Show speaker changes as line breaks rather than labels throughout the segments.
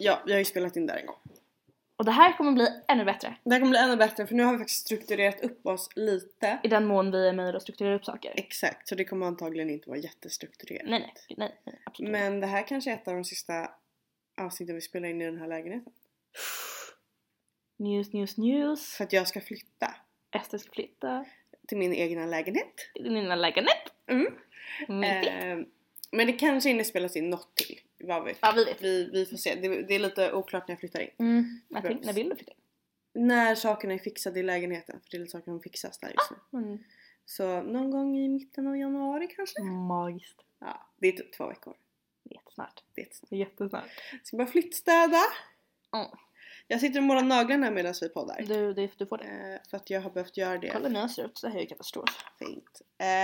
Ja, jag har ju spelat in där en gång.
Och det här kommer bli ännu bättre.
Det här kommer bli ännu bättre för nu har vi faktiskt strukturerat upp oss lite.
I den mån vi är med och strukturerar upp saker.
Exakt, så det kommer antagligen inte vara jättestrukturerat.
Nej, absolut.
Men det här kanske är ett av de sista avsnitten vi spelar in i den här lägenheten.
News.
För att jag ska flytta.
Ester ska flytta.
Till min egna lägenhet. Men det kanske hinner spelas in något till. Vad vet.
Ja, vi vet.
Vi får se. Det är lite oklart när jag flyttar in.
När vill du flytta in?
När sakerna är fixade i lägenheten. För det är lite saker som fixas där just nu. Så någon gång i mitten av januari kanske.
Magiskt.
Ja, det är typ 2 veckor.
Jättesnart.
Det är
jättesnart.
Ska bara flyttstäda. Jag sitter och målar naglarna medan vi poddar.
Du får det.
För att jag har behövt göra det.
Kolla när jag ser ut, så här är ju katastrof.
Fint.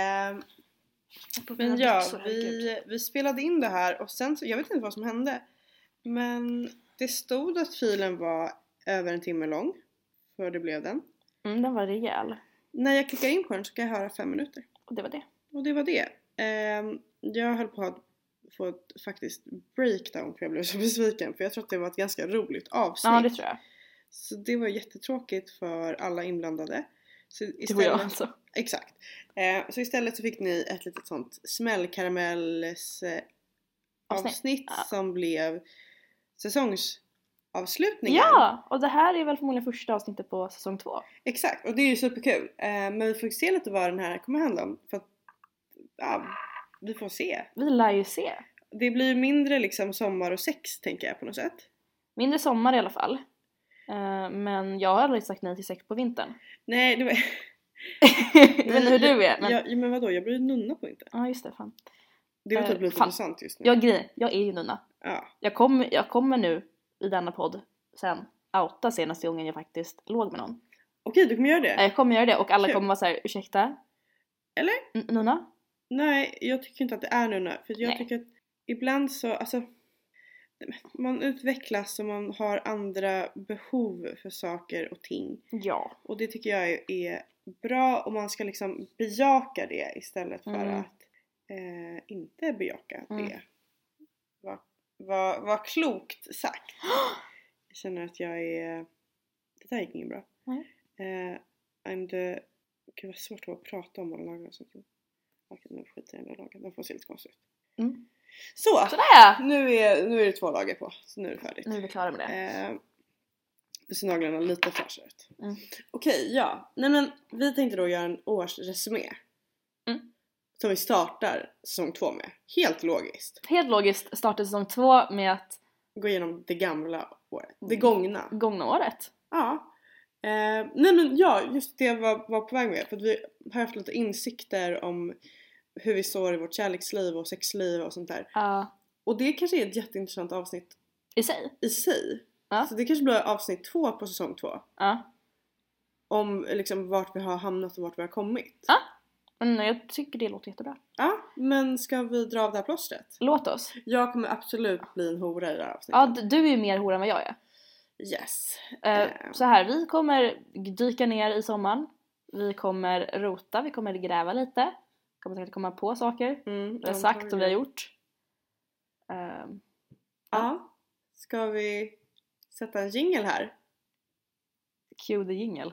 Men ja, vi spelade in det här och sen så, jag vet inte vad som hände. Men det stod att filen var över 1 timme lång. För det blev den.
Den var rejäl.
När jag klickar in på den så kan jag höra 5 minuter.
Och det var det.
Jag höll på att få ett faktiskt breakdown för jag blev så besviken. För jag tror att det var ett ganska roligt avsnitt.
Ja, det tror jag.
Så det var jättetråkigt för alla inblandade. Så istället,
det var jag alltså.
Exakt. Så istället så fick ni ett litet sånt smällkaramells avsnitt som blev säsongsavslutningen.
Ja, och det här är väl förmodligen första avsnittet på säsong 2.
Exakt, och det är ju superkul. Men vi får se lite vad den här kommer handla om. För att, vi får se.
Vi lär ju se.
Det blir mindre liksom sommar och sex, tänker jag på något sätt.
Mindre sommar i alla fall. Men jag har aldrig sagt nej till sex på vintern.
Nej, det var...
Jag vet inte hur du är.
Men... men vadå, jag blir nunna på vintern.
Ja, just det, fan.
Det är typ lite intressant just nu.
Jag är ju nunna.
Ja.
Jag kommer nu i denna podd sen outa senaste gången jag faktiskt låg med någon.
Okej, du kommer göra det?
Jag kommer göra det och alla kommer vara så här: ursäkta?
Eller?
Nunna?
Nej, jag tycker inte att det är nunna. För jag tycker att ibland så, alltså, man utvecklas och man har andra behov för saker och ting.
Ja.
Och det tycker jag är bra och man ska liksom bejaka det istället för att inte bejaka det. Vad klokt sagt. Jag känner att jag är... Det där gick inget bra. Gud vad svårt att prata om alla lagar och sånt. Okej, nu skiter jag i den lagen. Den får se lite konstigt ut.
Sådär!
Nu är det 2 lager på. Så nu är det färdigt.
Nu är vi klara med det.
Det ser naglarna lite fräscha ut. Okej, ja. Nej men vi tänkte då göra en årsresumé. Som vi startar säsong 2 med. Helt logiskt.
Helt logiskt startar säsong 2 med att
gå igenom det gamla året. Det gångna
året.
Ja. Nej men ja, just det var på väg med. För att vi har haft lite insikter om hur vi står i vårt kärleksliv och sexliv och sånt där. Och det kanske är ett jätteintressant avsnitt
i sig.
Så det kanske blir avsnitt 2 på säsong 2. Om liksom vart vi har hamnat och vart vi har kommit.
Men jag tycker det låter jättebra.
Ja, men ska vi dra av det här plåstret?
Låt oss.
Jag kommer absolut bli en hora i det här avsnittet.
Ja, du är ju mer hora än vad jag är.
Yes.
Så här, vi kommer dyka ner i sommaren. Vi kommer rota, vi kommer gräva lite. Vi kommer säkert komma på saker. Vi har sagt och vi har gjort.
Ja. Ska vi sätta en jingle här?
Cue the jingle.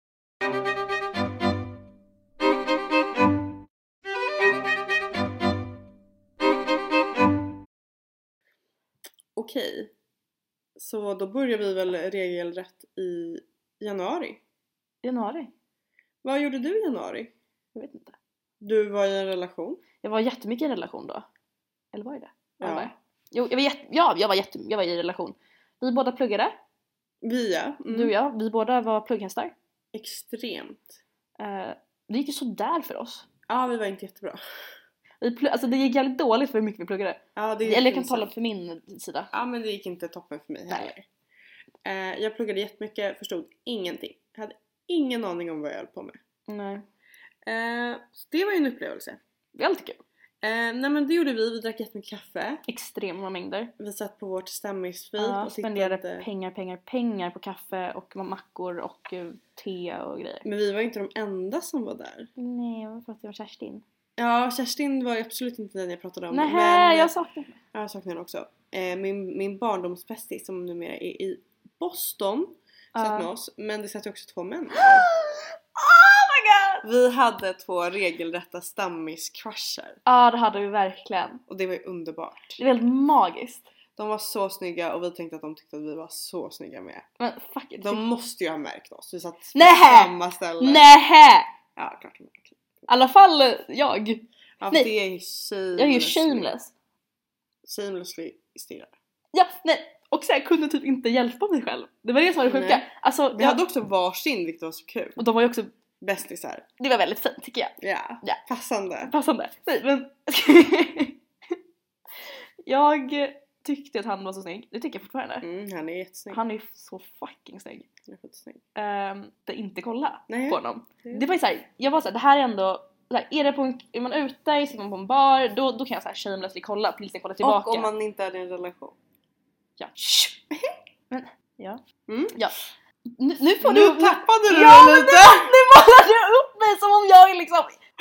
Okej. Så då börjar vi väl regelrätt i januari. Vad gjorde du i januari?
Jag vet inte.
Du var i en relation.
Jag var jättemycket i en relation då. Eller var det?
Ja.
Jo, jag var i en relation. Vi båda pluggade. Du och jag, vi båda var plugghästar.
Extremt.
Det gick ju så där för oss.
Ja, vi var inte jättebra.
Alltså det gick jävligt dåligt för hur mycket vi pluggade.
Ja,
eller jag kan tala för min sida.
Ja, men det gick inte toppen för mig heller. Jag pluggade jättemycket, förstod ingenting. Jag hade ingen aning om vad jag höll på med.
Nej.
Så det var ju en upplevelse.
Det är alltid kul.
Nej men det gjorde vi drack jättemycket kaffe.
Extrema mängder.
Vi satt på vårt stammisfik och
spenderade pengar på kaffe och mackor och te och grejer.
Men vi var inte de enda som var där.
Nej, jag pratade om Kerstin.
Ja, Kerstin var absolut inte den jag pratade om.
Nej, jag saknar henne.
Jag saknar henne också. min barndomsbästis som numera är i Boston satt med oss. Men det satt ju också 2 män.
Oh my god!
Vi hade 2 regelrätta stammis-crusher.
Ja, det hade vi verkligen.
Och det var ju underbart.
Det var helt magiskt.
De var så snygga och vi tänkte att de tyckte att vi var så snygga med.
Men fuck it.
De måste ju ha märkt oss. Vi satt på samma ställe.
Nej!
Ja, klart.
I alla fall jag.
Ja,
nej.
det är ju shameless.
Jag är ju shameless.
Shamelessly stirrar.
Ja, nej. Och så jag kunde typ inte hjälpa mig själv. Det var det som var det sjuka. Alltså,
vi hade också varsin, vilket var så kul.
Och de var ju också
bästisar.
Det var väldigt fint tycker jag.
Ja. Passande.
Nej, men jag tyckte att han var så snygg. Det tycker jag fortfarande.
Han är jättesnygg.
Han är så fucking snygg.
Han är skitsnygg.
Det inte kolla på honom.
Det
var ju såhär, jag var såhär, det här är ändå såhär, är man ute, sitter man på en bar, då kan jag såhär shamelessly kolla tills jag kollar tillbaka.
Och om man inte är i en relation.
Ja. Men, ja.
Ja.
Nu får
nu tappade du lite.
Nu målar du upp mig som om jag är liksom...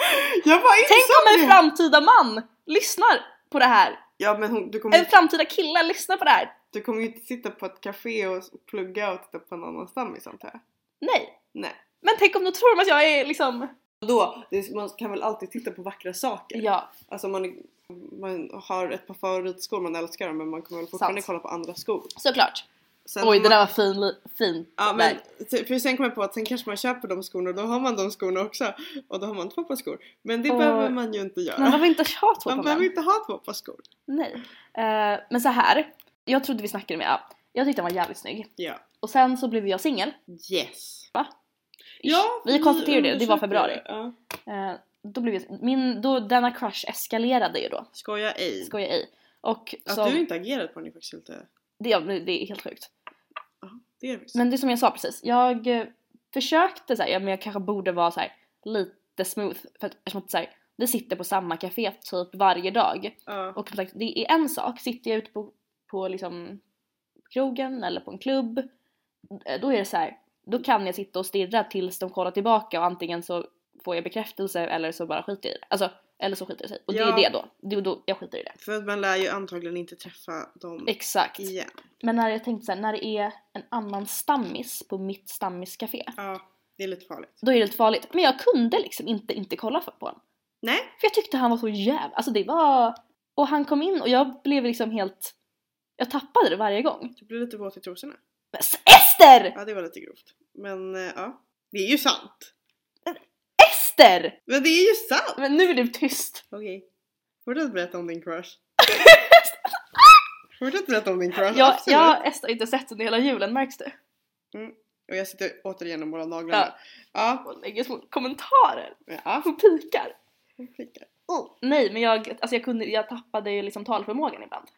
Tänk om en framtida man lyssnar på det här.
Ja, men
en framtida kille lyssnar på det här.
Du kommer ju inte sitta på ett café och plugga och titta på en annan stammis, antar jag. Nej.
Men tänk om du tror att jag är liksom...
Man kan väl alltid titta på vackra saker.
Ja.
Alltså man har ett par favoritskor, man älskar dem, men man kommer väl fortfarande kolla på andra skor.
Såklart. Oj, det där var fin.
Ja, men för sen kommer jag på att sen kanske man köper de skorna och då har man de skorna också. Och då har man 2 par skor. Men det behöver man ju inte göra.
Man behöver inte ha 2 par.
Man behöver inte ha 2 par skor.
Nej. Men så här. Jag trodde vi snackade med. Jag tyckte han var jävligt snygg.
Ja.
Och sen så blev jag singel.
Yes.
Va?
Ja.
Vi konstaterade det var februari.
Ja.
Då blev denna crush eskalerade ju då.
Skoja ej.
Och
att du inte agerat på den är faktiskt lite...
Det är helt sjukt.
Det är det.
Men det är som jag sa precis. Jag försökte säga, men jag kanske borde vara så här, lite smooth. För att eftersom att, så här, det sitter på samma café typ varje dag. Och som sagt, det är en sak. Sitter jag ute på liksom krogen eller på en klubb. Då är det så här. Då kan jag sitta och stirra tills de kollar tillbaka. Och antingen så får jag bekräftelse eller så bara skiter jag i det. Alltså, eller så skiter jag sig. Och det är det då. Det är då jag skiter i det.
För att man lär ju antagligen inte träffa dem.
Exakt.
Igen.
Men när jag tänkte så här, när det är en annan stammis på mitt stammiscafé.
Ja, det är lite farligt.
Då är det lite farligt. Men jag kunde liksom inte kolla på honom.
Nej.
För jag tyckte han var så jävla... Alltså det var... Och han kom in och jag blev liksom helt... Jag tappade det varje gång.
Du blev lite våt i trosorna.
Men Ester!
Ja, det var lite grovt. Men ja, det är ju sant.
Ester!
Men det är ju sant!
Men nu är du tyst.
Okej. Fortsätt berätta om din crush.
Jag har Ester inte sett under hela julen, märks det?
Och jag sitter återigen och målar naglarna.
Ja. Och lägger små kommentarer.
Ja.
Och pikar.
Oh.
Nej, men jag tappade ju liksom talförmågan ibland.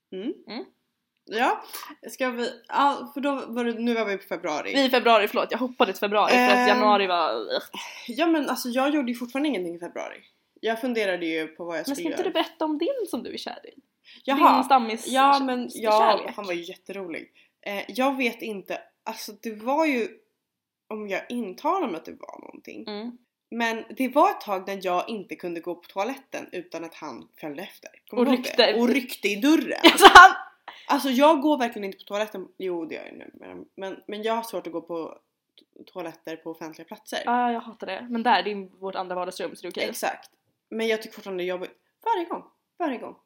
Ja, ska vi... Ja, för då var det... Nu var vi på februari.
Vi är i februari, förlåt. Jag hoppade till februari för att januari var...
Ja, men alltså jag gjorde ju fortfarande ingenting i februari. Jag funderade ju på vad jag skulle göra.
Men ska inte du berätta om din som du är kär i?
Jaha.
Din stammis
kärlek. Han var ju jätterolig. Jag vet inte... Alltså det var ju... Om jag intalar mig att det var någonting. Men det var ett tag när jag inte kunde gå på toaletten utan att han följde efter. Och ryckte i dörren. Alltså jag går verkligen inte på toaletten. Jo, det gör jag nu. Men jag har svårt att gå på toaletter på offentliga platser.
Ja, jag hatar det. Men där, det är vårt andra vardagsrum, så det är okej.
Exakt. Men jag tycker fortfarande det är jobbigt. Varje gång.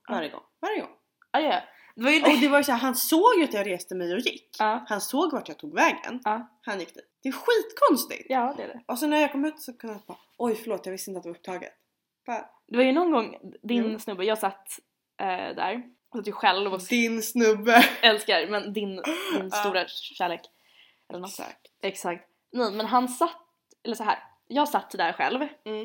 Ja.
Och det var ju så här, han såg ju att jag reste mig och gick. Han såg vart jag tog vägen. Han gick dit. Det är skitkonstigt.
Ja, det är det.
Och så när jag kom ut så kunde jag bara, oj förlåt, jag visste inte att det var upptaget.
Det var ju någon gång, din snubbe, jag satt där. Jag satt ju själv och...
Din snubbe.
Älskar, men din stora kärlek. Eller något. Exakt. Nej, men han satt, eller så här. Jag satt där själv.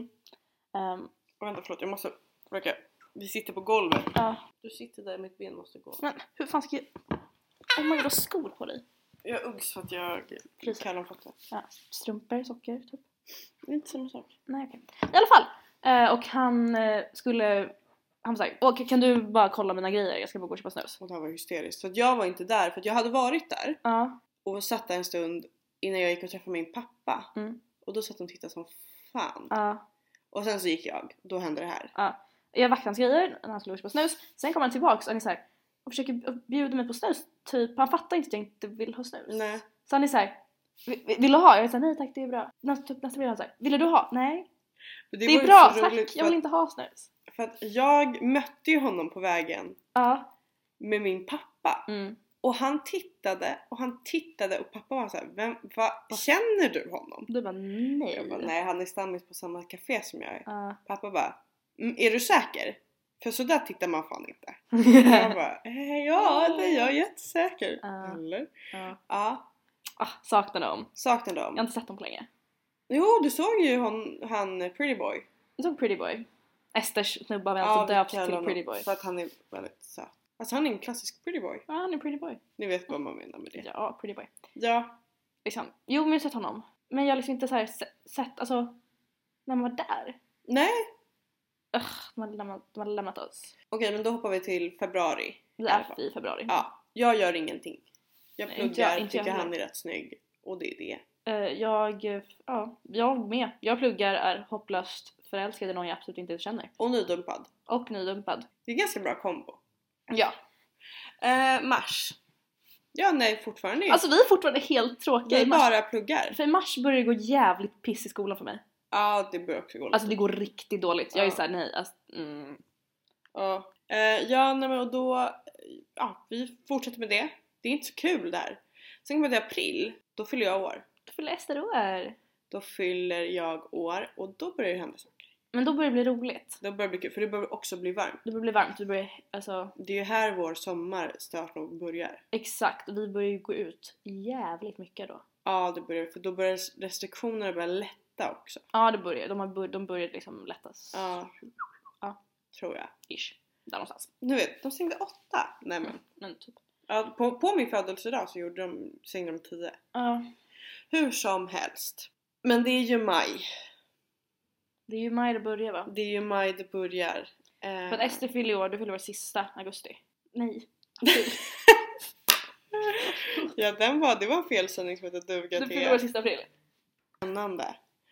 Vänta, förlåt, jag måste försöka. Vi sitter på golvet.
Ja.
Du sitter där, mitt ben måste gå.
Men hur fan ska jag... Oh my god, du har skor på dig.
Jag uggs för att jag kallar dem fötter.
Ja, strumpor, socker, typ.
Inte samma sak.
Nej, okej. I alla fall. Och han skulle... Han sa, okej, kan du bara kolla mina grejer? Jag ska bara gå och köpa snus.
Och det här var hysteriskt. För att jag var inte där. För att jag hade varit där. Och satt där en stund innan jag gick och träffade min pappa. Och då satt de och tittade som fan. Och sen så gick jag. Då hände det här.
Jag vaktade hans grejer när han skulle gå och köpa snus. Sen kom han tillbaka och han är så här, och försöker bjuda mig på snus. Typ, han fattar inte att jag inte vill ha snus.
Nej.
Så han är så här, vill du ha? Jag säger nej tack, det är bra. Nästa vill han så här, vill du ha? Nej. Det är bra, tack. Jag vill inte ha snus.
För att jag mötte ju honom på vägen.
Ja.
Med min pappa. Och han tittade och pappa var så här, känner du honom?
Du bara nej.
Jag bara, nej, han är stammis på samma café som jag är. Pappa bara, är du säker? För så där tittar man fan inte. Jag bara, ja, det är jag jättesäker. Eller? Ja.
Saknar dem.
Jag
har inte sett dem på länge.
Jo, du såg ju han Pretty Boy.
Jag såg Pretty Boy. Esters snubba var alltså döpt till Pretty Boy.
För att han är väldigt söt. Alltså han är en klassisk Pretty Boy.
Ja, han är Pretty Boy.
Ni vet vad man menar med det.
Ja, Pretty Boy.
Ja.
Liksom. Jo, men jag har sett honom. Men jag har liksom inte så här sett, alltså, när man var där.
Nej.
De har lämnat oss.
Okej, men då hoppar vi till februari.
Vi är i februari.
Ja, jag gör ingenting. Jag pluggar, tycker han är rätt snygg. Och det är det. Jag med. Jag pluggar, är hopplöst förälskad i någon jag absolut inte känner. Och nydumpad.
Det
är ganska bra kombo.
Ja.
Mars. Ja, nej, fortfarande.
Alltså vi är fortfarande helt tråkiga.
Vi bara pluggar.
För i mars börjar det gå jävligt piss i skolan för mig.
Ja, det börjar också gå.
Alltså det går riktigt dåligt. Jag är såhär, nej. Alltså,
Ja, nej, men och då... Ja, vi fortsätter med det. Det är inte så kul där. Sen kommer det i april. Då fyller jag år.
Då fyller Ester år.
Då fyller jag år. Och då börjar det hända saker.
Men då börjar det bli roligt.
Då börjar det bli kul. För det börjar också bli varmt.
Det börjar bli varmt. Alltså...
Det är ju här vår sommar startar och börjar.
Exakt. Vi börjar ju gå ut jävligt mycket då.
Ja, det börjar. För då börjar restriktionerna börja lätta också.
Ja, det börjar. De börjar liksom lättas.
Ja. Tror jag.
Ish. Där någonstans.
Nu vet, de stängde 8. Nej men
typ.
Ja, på min födelsedag så stängde de 10.
Ja.
Hur som helst. Men det är ju maj.
Det är ju maj det börjar, va?
Det är ju maj det börjar.
För att Ester fyller år, du fyller år sista augusti. Nej.
Ja, det var en felsändning som hette duga till.
Du fyller år sista april.
Spännande.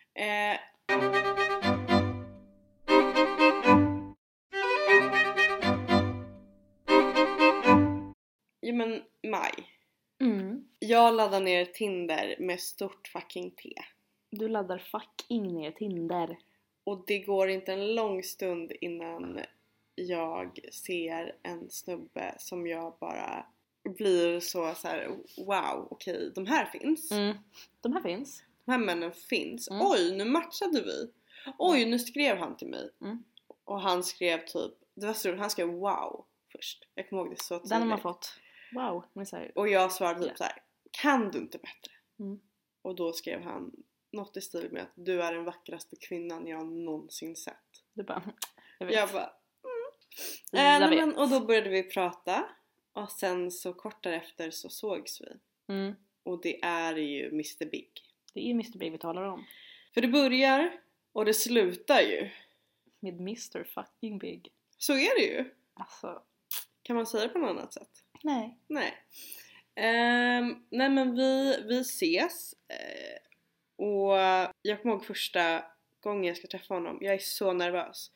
Jo, men maj. Jag laddar ner Tinder med stort fucking T.
Du laddar fucking ner Tinder.
Och det går inte en lång stund innan jag ser en snubbe som jag bara blir så här: wow, okej, de här finns.
De här finns.
De här männen finns. Oj, nu matchade vi. Oj, nu skrev han till mig. Och han skrev typ, det var så, han skrev wow först. Jag kommer ihåg det så tydligt.
Den har man fått. Wow.
Och jag svarade typ så här: kan du inte bättre? Och då skrev han något i stil med att du är den vackraste kvinnan jag någonsin sett.
Du bara, jag vet.
Jag bara, och då började vi prata. Och sen så kort därefter så sågs vi. Och det är ju Mr. Big.
Det är ju Mr. Big vi talar om.
För det börjar och det slutar ju
med Mr. fucking Big.
Så är det ju.
Alltså.
Kan man säga det på något annat sätt?
Nej.
Nej men vi ses. Och jag kommer ihåg första gången jag ska träffa honom. Jag är så nervös.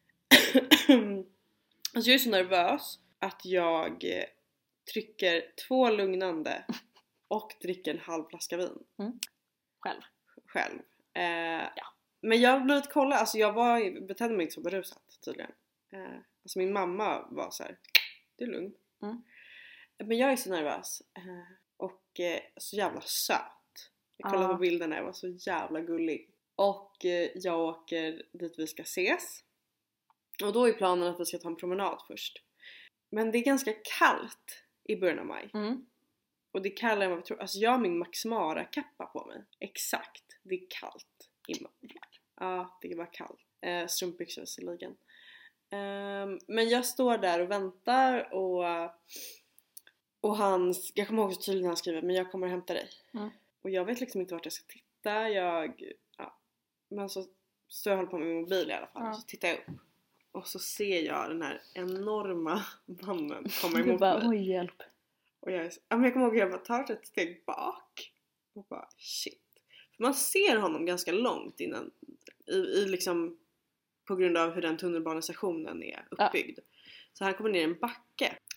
Alltså jag är så nervös att jag trycker 2 lugnande och dricker en halv flaska vin. Själv.
Ja.
Men jag har blivit kollad. Alltså jag betedde mig inte så berusat tydligen. Alltså min mamma var så här: det är lugnt. Men jag är så nervös. Och så jävla söt. Jag kollade på bilderna, jag var så jävla gullig. Och jag åker dit vi ska ses. Och då är planen att vi ska ta en promenad först. Men det är ganska kallt i början av maj. Och det är kallare än vad vi tror. Alltså jag har min Max Mara-kappa på mig. Exakt, det är kallt i maj. Ja, det var kallt. Strumpbyxor visserligen. Men jag står där och väntar. Och jag kommer ihåg så tydligt när han skriver: men jag kommer att hämta dig. Och jag vet liksom inte vart jag ska titta. Men så jag håller på med min mobil i alla fall. Så tittar jag upp. Och så ser jag den här enorma mannen komma emot
bara,
mig.
Oj, hjälp.
Och jag kommer ihåg att jag bara tar ett steg bak. Och bara shit. För man ser honom ganska långt innan. I liksom, på grund av hur den tunnelbanestationen är uppbyggd. Så han kommer ner i en backe.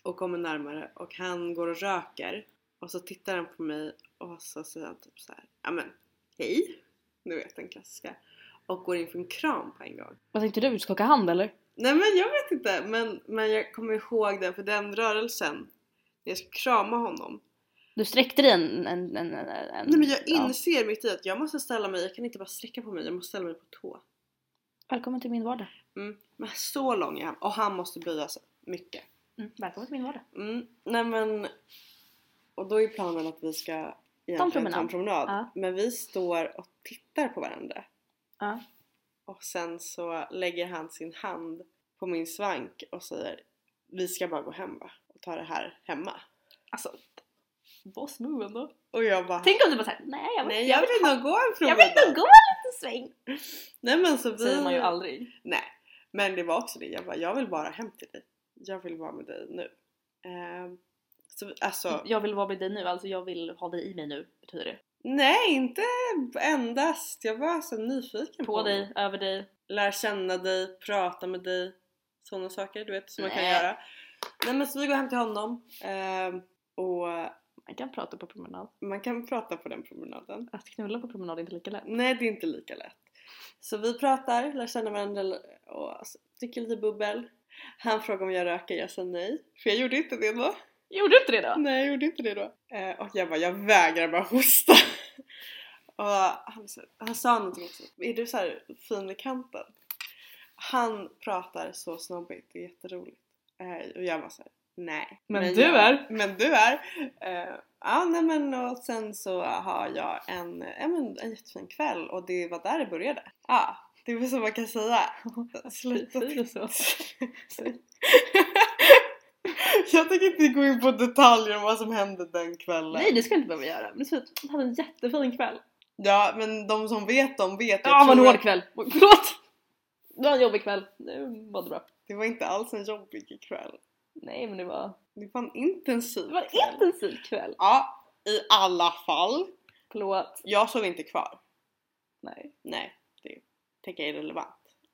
och kommer närmare och han går och röker och så tittar han på mig och så säger han typ så här: ja men hej, nu vet den klassiska, och går in för en kram på en gång.
Vad tänkte du? Skaka hand eller?
Nej men jag vet inte, men jag kommer ihåg den, för den rörelsen när jag ska krama honom.
Du sträckte dig en
Nej men jag inser mitt i att jag måste ställa mig, jag kan inte bara sträcka på mig, jag måste ställa mig på tå.
Välkommen till min vardag.
Men så lång är han, och han måste böja sig mycket.
Välkommen till min vardag.
Nej men, och då är planen att vi ska egentligen ta en promenad. Ja. Men vi står och tittar på varandra.
Ja.
Och sen så lägger han sin hand på min svank och säger: vi ska bara gå hem va? Och ta det här hemma.
Alltså, vad smooth ändå.
Och jag bara...
Tänk om du bara såhär: nej jag
vill nog gå en promenad.
Jag vill nog gå en liten sväng.
Nej men så vi...
säger man ju aldrig.
Nej, men det var också det. Jag bara, jag vill bara hem till dig. Jag vill vara med dig nu. Så, alltså...
Jag vill vara med dig nu, alltså jag vill ha dig i mig nu, betyder det.
Nej, inte endast. Jag var så nyfiken
på dig, över dig.
Lär känna dig, prata med dig. Sådana saker, du vet, som man kan göra. Nej men så vi går hem till honom. Och
man kan prata på promenad.
Man kan prata på den promenaden.
Att knulla på promenad är inte lika lätt.
Nej, det är inte lika lätt. Så vi pratar, lär känna varandra och dricker lite bubbel. Han frågar om jag röker, jag sa nej. För jag gjorde inte det då.
Gjorde du inte det då?
Nej, jag gjorde inte det då. Och jag bara, jag vägrar bara hosta. Och han sa någonting också. Är du så här fin i kanten? Han pratar så snobbigt, det är jätteroligt. Och jag var så här: nej.
Men du är.
Ja, nej men, och sen så har jag en jättefin kväll. Och det var där det började. Ja, det är så man kan säga.
Sluta så.
Jag tänker inte gå in på detaljer om vad som hände den kvällen.
Nej, det ska jag inte behöva göra. Men så hade en jättefin kväll.
Ja, men de som vet, de vet.
Ja, det var en hård kväll. Förlåt! Det var en jobbig kväll. Det var bra.
Det var inte alls en jobbig kväll.
Nej, men det var
en intensiv
kväll. Det var en intensiv kväll.
Ja, i alla fall.
Förlåt.
Jag sov inte kvar.
Nej,
det tänker jag är relevant.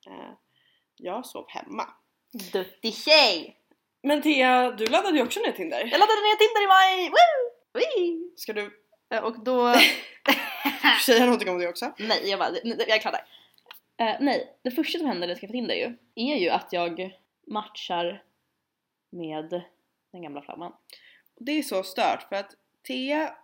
Jag sov hemma.
Duktig tjej!
Men Thea, du laddade ju också ner Tinder.
Jag laddade ner Tinder i maj! Woo!
Ska du...
Och då...
säga någonting om det också?
Nej, jag är klar där. Nej, det första som händer när jag skaffar Tinder är ju att jag matchar med den gamla flamman.
Det är så stört för att Thea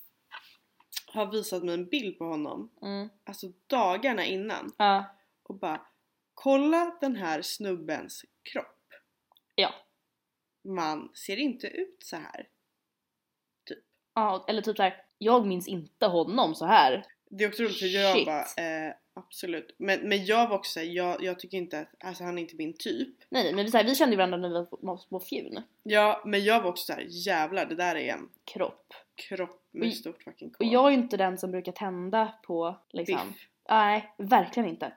har visat mig en bild på honom. Alltså dagarna innan. Och bara, kolla den här snubbens kropp.
Ja.
Man ser inte ut så här. Typ.
Ja, eller typ så här: jag minns inte honom så här.
Det är också roligt för jag bara, absolut. Men jag var också, jag tycker inte att, alltså han är inte min typ.
Nej, men vi kände varandra när vi var små fjun.
Ja, men jag var också så här: jävlar, det där är en
kropp
med stort fucking K.
Och jag är ju inte den som brukar tända på liksom.
Biff.
Nej, verkligen inte.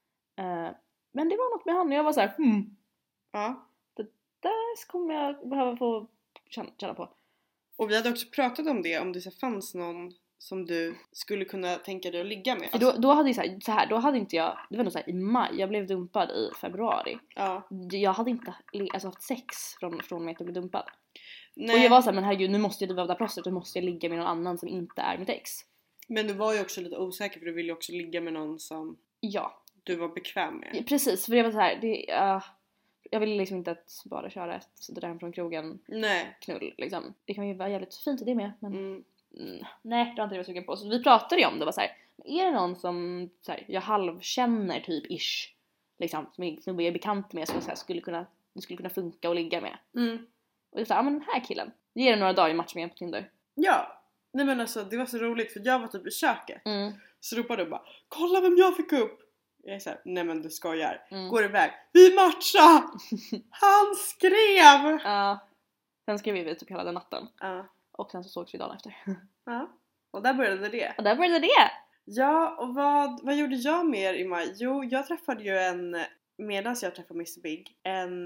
Men det var något med han och jag var så här:
ja.
Det där kommer jag behöva få känna på.
Och vi hade också pratat om det, om det så fanns någon som du skulle kunna tänka dig att ligga med.
Alltså. Då hade jag så här, då hade inte jag, det var nog så här i maj, jag blev dumpad i februari.
Ja.
Jag hade inte haft sex från mig att jag blev dumpad.
Nej.
Och jag var så här: men herregud, nu måste jag driva av det här plåstret, nu måste jag ligga med någon annan som inte är mitt ex.
Men du var ju också lite osäker, för du ville ju också ligga med någon som du var bekväm med.
Ja, precis, för det var så här, jag ville liksom inte att bara köra ett det där från krogen knull liksom. Det kan ju vara jävligt fint i det med, men nej, det var inte det jag var sugen på. Så vi pratade ju om det, var så här: är det någon som så här, jag halvkänner typ ish liksom, som jag är bekant med, som så här, skulle kunna funka och ligga med. Och det är så här: men den här killen, ge det några dagar i match med på Tinder.
Ja, nej men alltså det var så roligt för jag var typ i köket. Så ropade du bara, kolla vem jag fick upp. Jag är såhär, nej men du skojar. Går iväg, vi matchar. Han skrev.
Ja, sen skrev vi typ hela den natten. Och sen så sågs vi dagen efter.
Ja, och där började det. Ja, och vad gjorde jag mer i maj? Jo, jag träffade ju medan jag träffade Mr. Big,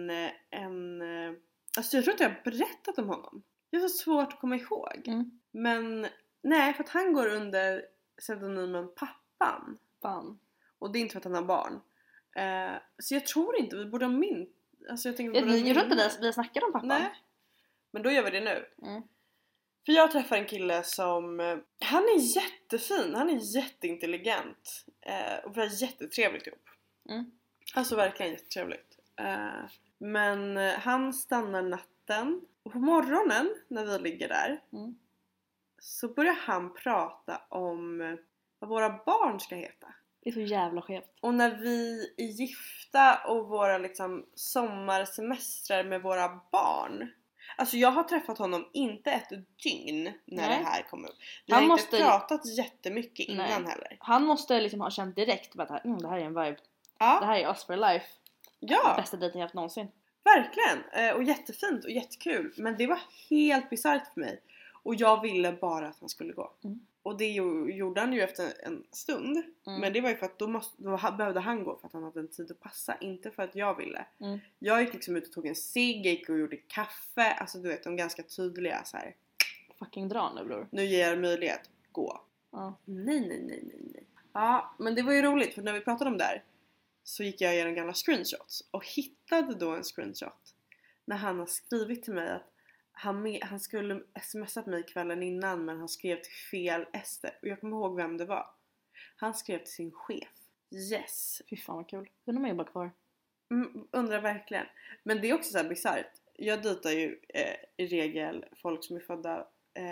alltså jag tror inte jag har berättat om honom. Det är så svårt att komma ihåg. Men nej, för att han går under pseudonymen Pappan. Och det är inte för att han har barn. Så jag tror inte vi borde ha alltså jag tänker
jag tror inte vi snackade om Pappan.
Nej. Men då gör vi det nu. För jag träffar en kille som, han är jättefin, han är jätteintelligent. Och vi har jättetrevligt ihop. Alltså verkligen jättetrevligt. Men han stannar natten. Och på morgonen när vi ligger där så börjar han prata om vad våra barn ska heta.
Det är så jävla skevt.
Och när vi är gifta och våra liksom sommarsemestrar med våra barn. Alltså jag har träffat honom inte ett dygn när det här kom upp. Vi har inte pratat jättemycket innan heller.
Han måste liksom ha känt direkt att det här är en vibe. Ja. Det här är us for life.
Ja.
Bästa dejten jag haft någonsin.
Verkligen. Och jättefint och jättekul. Men det var helt bizarrt för mig. Och jag ville bara att han skulle gå. Och det gjorde han ju efter en stund. Men det var ju för att då behövde han gå för att han hade en tid att passa. Inte för att jag ville. Jag gick liksom ut och tog en cigg, gick och gjorde kaffe. Alltså du vet, de ganska tydliga så här.
Fucking dra nu bror.
Nu ger jag möjlighet. Gå. Nej. Ja, men det var ju roligt för när vi pratade om det här så gick jag igenom gamla screenshots. Och hittade då en screenshot. När han har skrivit till mig att han skulle smsat mig kvällen innan men han skrev till fel Ester. Och jag kommer ihåg vem det var. Han skrev till sin chef. Yes.
Fy fan vad kul. Undrar om jag jobbar kvar.
Undrar verkligen. Men det är också så här bizarrt. Jag dejtar ju i regel folk som är födda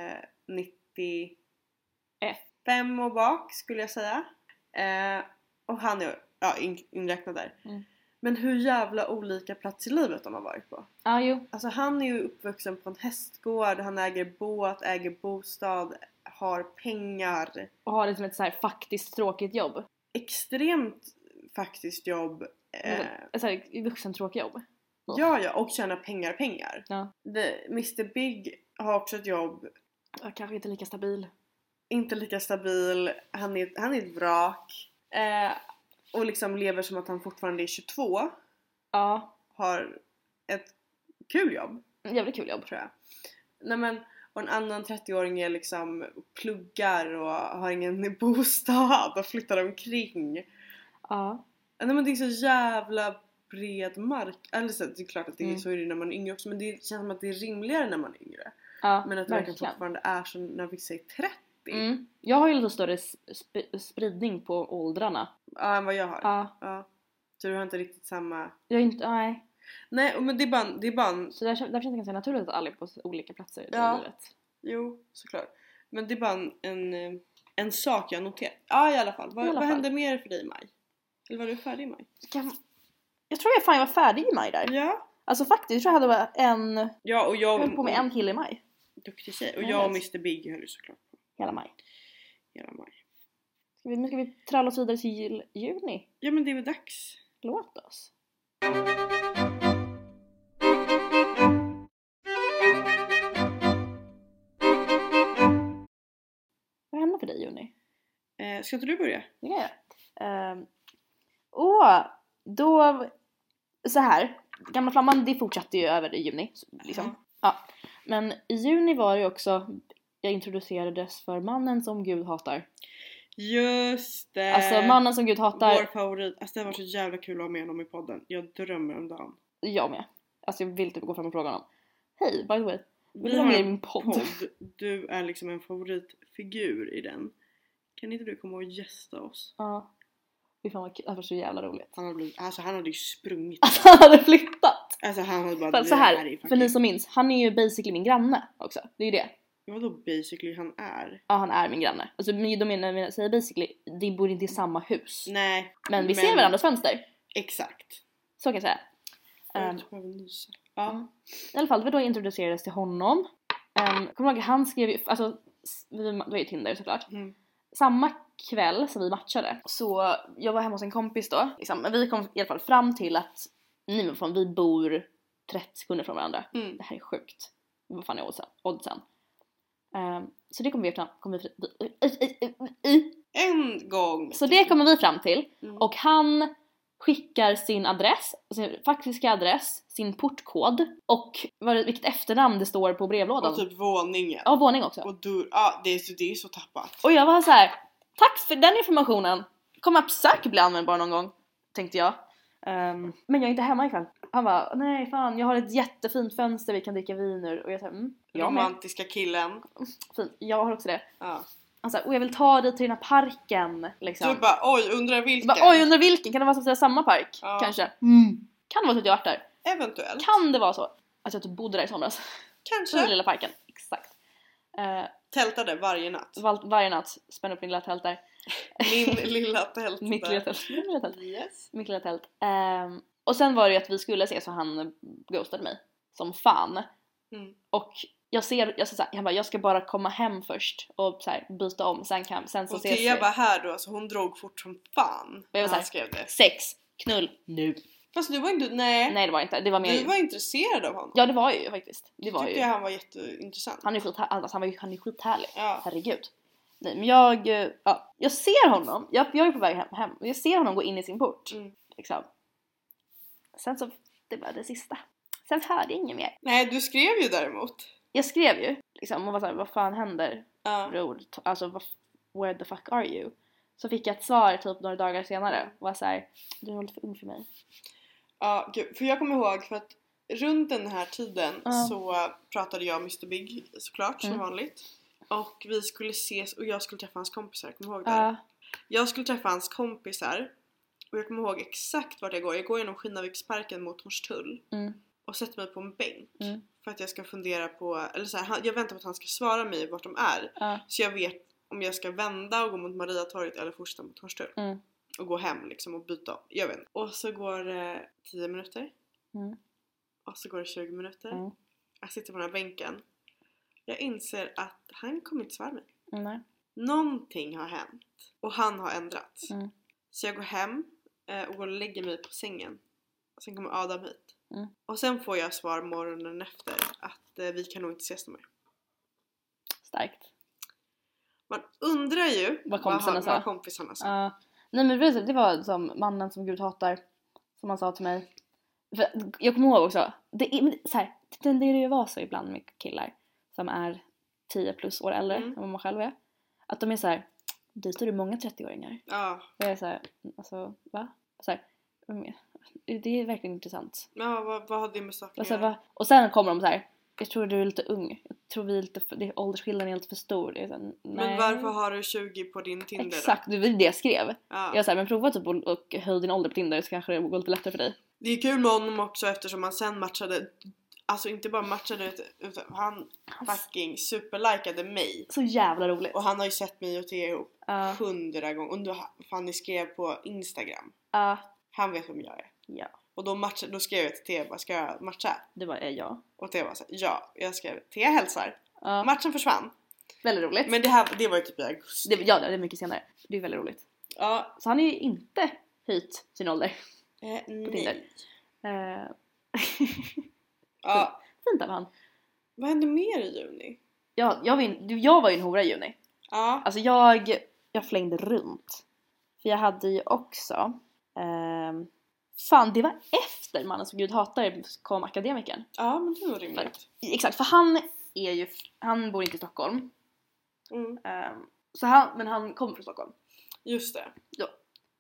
95 och bak skulle jag säga. Och han är inräknad där. Men hur jävla olika plats i livet de har varit på.
Jo.
Alltså han är ju uppvuxen på en hästgård. Han äger båt, äger bostad, har pengar.
Och har liksom ett så här faktiskt tråkigt jobb.
Extremt faktiskt jobb.
Ett så här vuxentråkigt jobb.
Ja, och tjänar pengar.
Ja.
Mr Big har också ett jobb.
Kanske inte lika stabil.
Inte lika stabil. Han är ett vrak. Och liksom lever som att han fortfarande är 22.
Ja.
Har ett kul jobb.
Jävligt kul jobb
tror jag. Nej men, och en annan 30-åring är liksom pluggar och har ingen bostad och flyttar omkring.
Ja.
Nej men det är så jävla bred mark. Alltså det är klart att det är så är det när man är yngre också. Men det känns som att det är rimligare när man är yngre.
Ja,
men att det verkligen fortfarande är så när vissa är 30.
Jag har ju lite större spridning på åldrarna.
Ja, än vad jag har.
Ja.
Så du har inte riktigt samma...
Jag är inte, nej.
Nej, men det är bara
Så där känns det ganska naturligt att alla är på olika platser i livet.
Jo, såklart. Men det är bara en sak jag noterat. Ja, i alla fall. Vad hände mer för dig i maj? Eller var du färdig i maj?
Jag tror jag var färdig i maj där.
Ja.
Alltså faktiskt, jag hade en...
Ja, och jag
höll på med en kille i maj.
Duktig tjej. Och jag och Mr Big höll ju såklart på.
Hela maj.
Nu
ska vi tralla oss vidare till juni?
Ja, men det är väl dags.
Låt oss. Vad händer för dig i juni?
Ska inte du börja?
Det kan jag. Då... Så här. Gamla flamman, det fortsatte ju över i juni. Liksom. Ja. Men i juni var det också... Jag introducerades för mannen som Gud hatar.
Just det.
Alltså mannen som Gud hatar.
Vår favorit. Alltså det var så jävla kul att ha med honom i podden. Jag drömmer om dagen.
Jag med. Alltså jag vill typ gå fram och fråga honom. Hej, by the way. Vill du ha med i min podd?
Du är liksom en favoritfigur i den. Kan inte du komma och gästa oss?
Ja. Det var så jävla roligt.
Han hade ju sprungit.
Alltså han hade flyttat.
Alltså han hade bara...
Så här, för ni som minns. Han är ju basically min granne också. Det är ju det.
Vadå basically han är?
Ja, han är min granne. Alltså då menar jag säger basically, de bor inte i samma hus.
Nej.
Men vi ser varandras fönster.
Exakt.
Så kan jag säga.
Ja.
I alla fall, vi då introducerades till honom. Kommer du ihåg, han skrev ju, alltså det var ju Tinder såklart. Samma kväll som vi matchade. Så jag var hemma hos en kompis då. Liksom, men vi kom i alla fall fram till att vi bor 30 sekunder från varandra. Det här är sjukt. Vad fan är oddsen? Så det kommer vi
en gång.
Så det kommer vi fram till. Och han skickar sin adress, sin faktiska adress, sin portkod och vilket efternamn det står på brevlådan.
Och typ våningen.
Ja, våning också.
Och det är så tappat.
Och jag var så här: tack för den informationen. Kommer säkert bli användbar någon gång, tänkte jag. Men jag är inte hemma ikväll. Han bara, nej fan, jag har ett jättefint fönster vi kan dricka vin ur. Och jag sa,
romantiska killen.
Fint, jag har också det.
Ja.
Han sa, jag vill ta dig till den här parken liksom.
Du bara, undrar vilken?
Kan det vara så samma park? Kanske. Kan det vara så att jag har varit där?
Eventuellt.
Kan det vara så att jag typ bodde där i somras?
Kanske.
I den lilla parken, exakt.
Tältade varje natt.
Varje natt, spänn upp min lilla tält där.
Min lilla tält.
Mitt lilla tält.
Yes.
Mitt lilla tält. Och sen var det ju att vi skulle ses, så han ghostade mig som fan. Och jag ska bara komma hem först och så här, byta om, sen så
och
ses vi.
Och Thea var här då, så hon drog fort som fan.
Och jag var
skrev det.
Sex, knull, nu.
Fast du var inte, nej det var inte.
Det var mer,
du var intresserad av honom.
Ja, det var ju faktiskt. Det var
tyckte
ju.
Han var jätteintressant.
Han är skithärlig.
Ja.
Herregud. Nej, men jag ser honom. Jag är på väg hem. Jag ser honom gå in i sin port. Liksom. Sen så, det var det sista. Sen hörde jag inget mer.
Nej, du skrev ju däremot.
Jag skrev ju. Liksom, och var såhär, vad fan händer? Bror, alltså, where the fuck are you? Så fick jag ett svar typ några dagar senare. Och var såhär, du är lite för ung för mig.
Ja, gud, för jag kommer ihåg för att runt den här tiden så pratade jag och Mr. Big såklart som vanligt. Och vi skulle ses och jag skulle träffa hans kompisar, kommer ihåg det? Jag skulle träffa hans kompisar och jag kommer ihåg exakt vart jag går. Jag går genom Skinnarviksparken mot Hornstull och sätter mig på en bänk för att jag ska fundera på, eller så här, jag väntar på att han ska svara mig vart de är. Så jag vet om jag ska vända och gå mot Mariatorget eller fortsätta mot Hornstull. Och gå hem liksom och byta om. Jag vet inte. Och så går det 10 minuter. Och så går det 20 minuter. Jag sitter på den här bänken. Jag inser att han kommer inte svara mig.
Nej.
Någonting har hänt. Och han har ändrats. Så jag går hem och går och lägger mig på sängen. Och sen kommer Adam hit. Och sen får jag svar morgonen efter att vi kan nog inte ses mer.
Starkt.
Man undrar ju
vad
kompisarna sa.
Nej, men precis, det var som mannen som Gud hatar. Som han sa till mig. För jag kommer ihåg också. Det tenderar ju att vara så ibland med killar som är 10 plus år äldre än vad man själv är. Att de är så här, dejtar du många 30-åringar?
Ja.
Och jag är så här, alltså, va? Så här, det är verkligen intressant.
Ja, vad har det med saker att göra?
Och sen kommer de så här, jag tror du är lite ung. Jag tror åldersskillnaden är lite för stor. Det är så här,
men varför har du 20 på din Tinder?
Exakt, det var det jag skrev. Jag sa, men prova typ och höj din ålder på Tinder så kanske det går lite lättare för dig.
Det är kul med honom också eftersom han sen matchade. Alltså inte bara matchade utan han fucking superlikade mig.
Så jävla roligt.
Och han har ju sett mig och Thea ihop 100 gånger. Och fan ni skrev på Instagram. Han vet vem jag är.
Ja.
Och då skrev jag till Thea, ska jag matcha?
Det var jag.
Och Thea var så här, ja. Jag skrev, Thea hälsar. Matchen försvann.
Väldigt roligt.
Men det var ju typ i augusti.
Det är mycket senare. Det är väldigt roligt.
Ja.
Så han är ju inte höjt sin ålder.
Nej.
Ja. Fint av han.
Vad hände mer i juni?
Ja, jag var ju en hora i juni.
Ja.
Alltså jag flängde runt. För jag hade ju också fan, det var efter mannen som Gud hatar kom akademikern.
Ja, men det var rimligt.
Exakt, för han bor inte i Stockholm. Så men han kommer från Stockholm.
Just det.
Ja.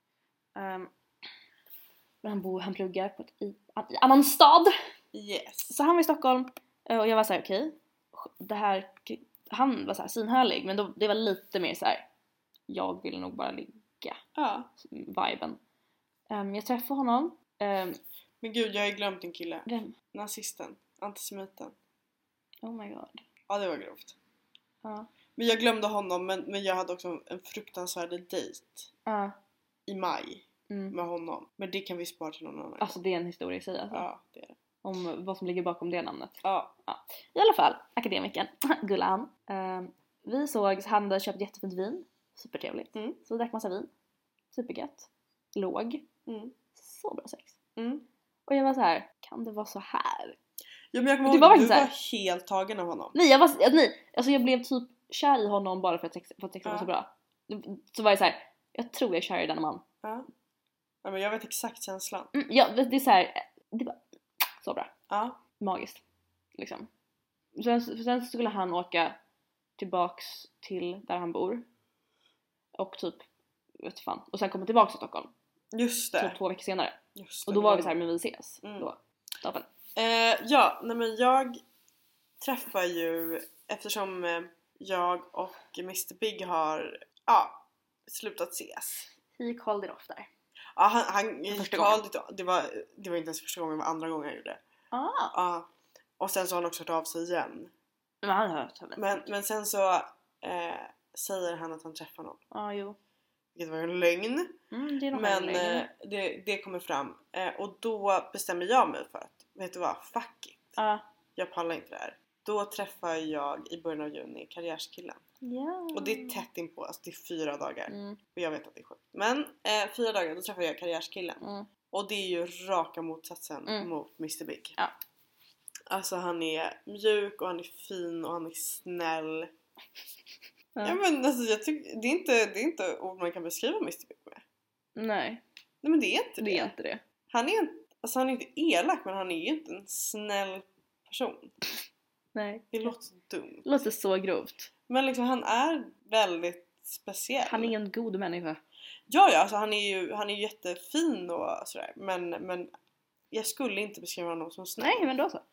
Men han pluggar på i annan stad.
Yes.
Så han var i Stockholm och jag var så här, okej. Han var så här svinhärlig, men det var lite mer så här, jag ville nog bara ligga.
Ja.
Viben. Jag träffade honom.
Men gud, jag har glömt en kille.
Vem?
Nazisten. Antisemiten.
Oh my god.
Ja, det var grovt.
Ja.
Men jag glömde honom, men jag hade också en fruktansvärd dejt. I maj. Med honom. Men det kan vi spara till någon annan.
Alltså det är en historia i sig alltså.
Ja, det är det.
Om vad som ligger bakom det namnet.
Ja.
I alla fall, akademikern. Gullan. Vi såg, han hade köpt jättefint vin. Supertrevligt. Så vi drack massa vin. Supergött. Låg. Så bra sex. Och jag var så här, kan det vara så här?
Ja, men jag kommer ihåg, du var helt tagen av honom.
Nej, alltså jag blev typ kär i honom bara för att sexet var så bra. Så var jag så här, jag tror jag är kär i den man.
Ja, men jag vet exakt känslan.
Ja, det är så här, det var så bra.
Ja.
Magiskt. Liksom. Sen skulle han åka tillbaks till där han bor. Och typ, vet fan. Och sen komma tillbaks till Stockholm.
Just det.
Typ 2 veckor senare.
Just det,
och då var vi så här, men vi ses. Då. Toppen.
Ja, nej men jag träffar ju, eftersom jag och Mr. Big har slutat ses.
He called it off där.
Ja, han called it off. Det var inte ens första gången, det var andra gången jag gjorde det. Ja. Och sen så har han också hört av sig igen.
Men han har hört.
Men sen så säger han att han träffar någon.
Jo.
Vilket var en lögn.
Det är
men det kommer fram. Och då bestämmer jag mig för att, vet du vad, fuck it. Jag pallar inte det här. Då träffar jag i början av juni karriärskillen. Och det är tätt inpå, alltså det är 4 dagar. Och jag vet att det är sjukt. Men 4 dagar, då träffar jag karriärskillen. Och det är ju raka motsatsen mot Mr. Big. Alltså han är mjuk och han är fin och han är snäll. Ja men alltså jag tycker, det är inte ord man kan beskriva Mr. Big med.
Nej
men det är inte
det. Det är inte det.
Han är inte elak, men han är ju inte en snäll person.
Nej.
Det låter dumt.
Det låter så grovt.
Men liksom han är väldigt speciell.
Han är en god människa.
Ja, alltså han är ju jättefin och sådär. Men jag skulle inte beskriva honom som snäll.
Nej, men då så.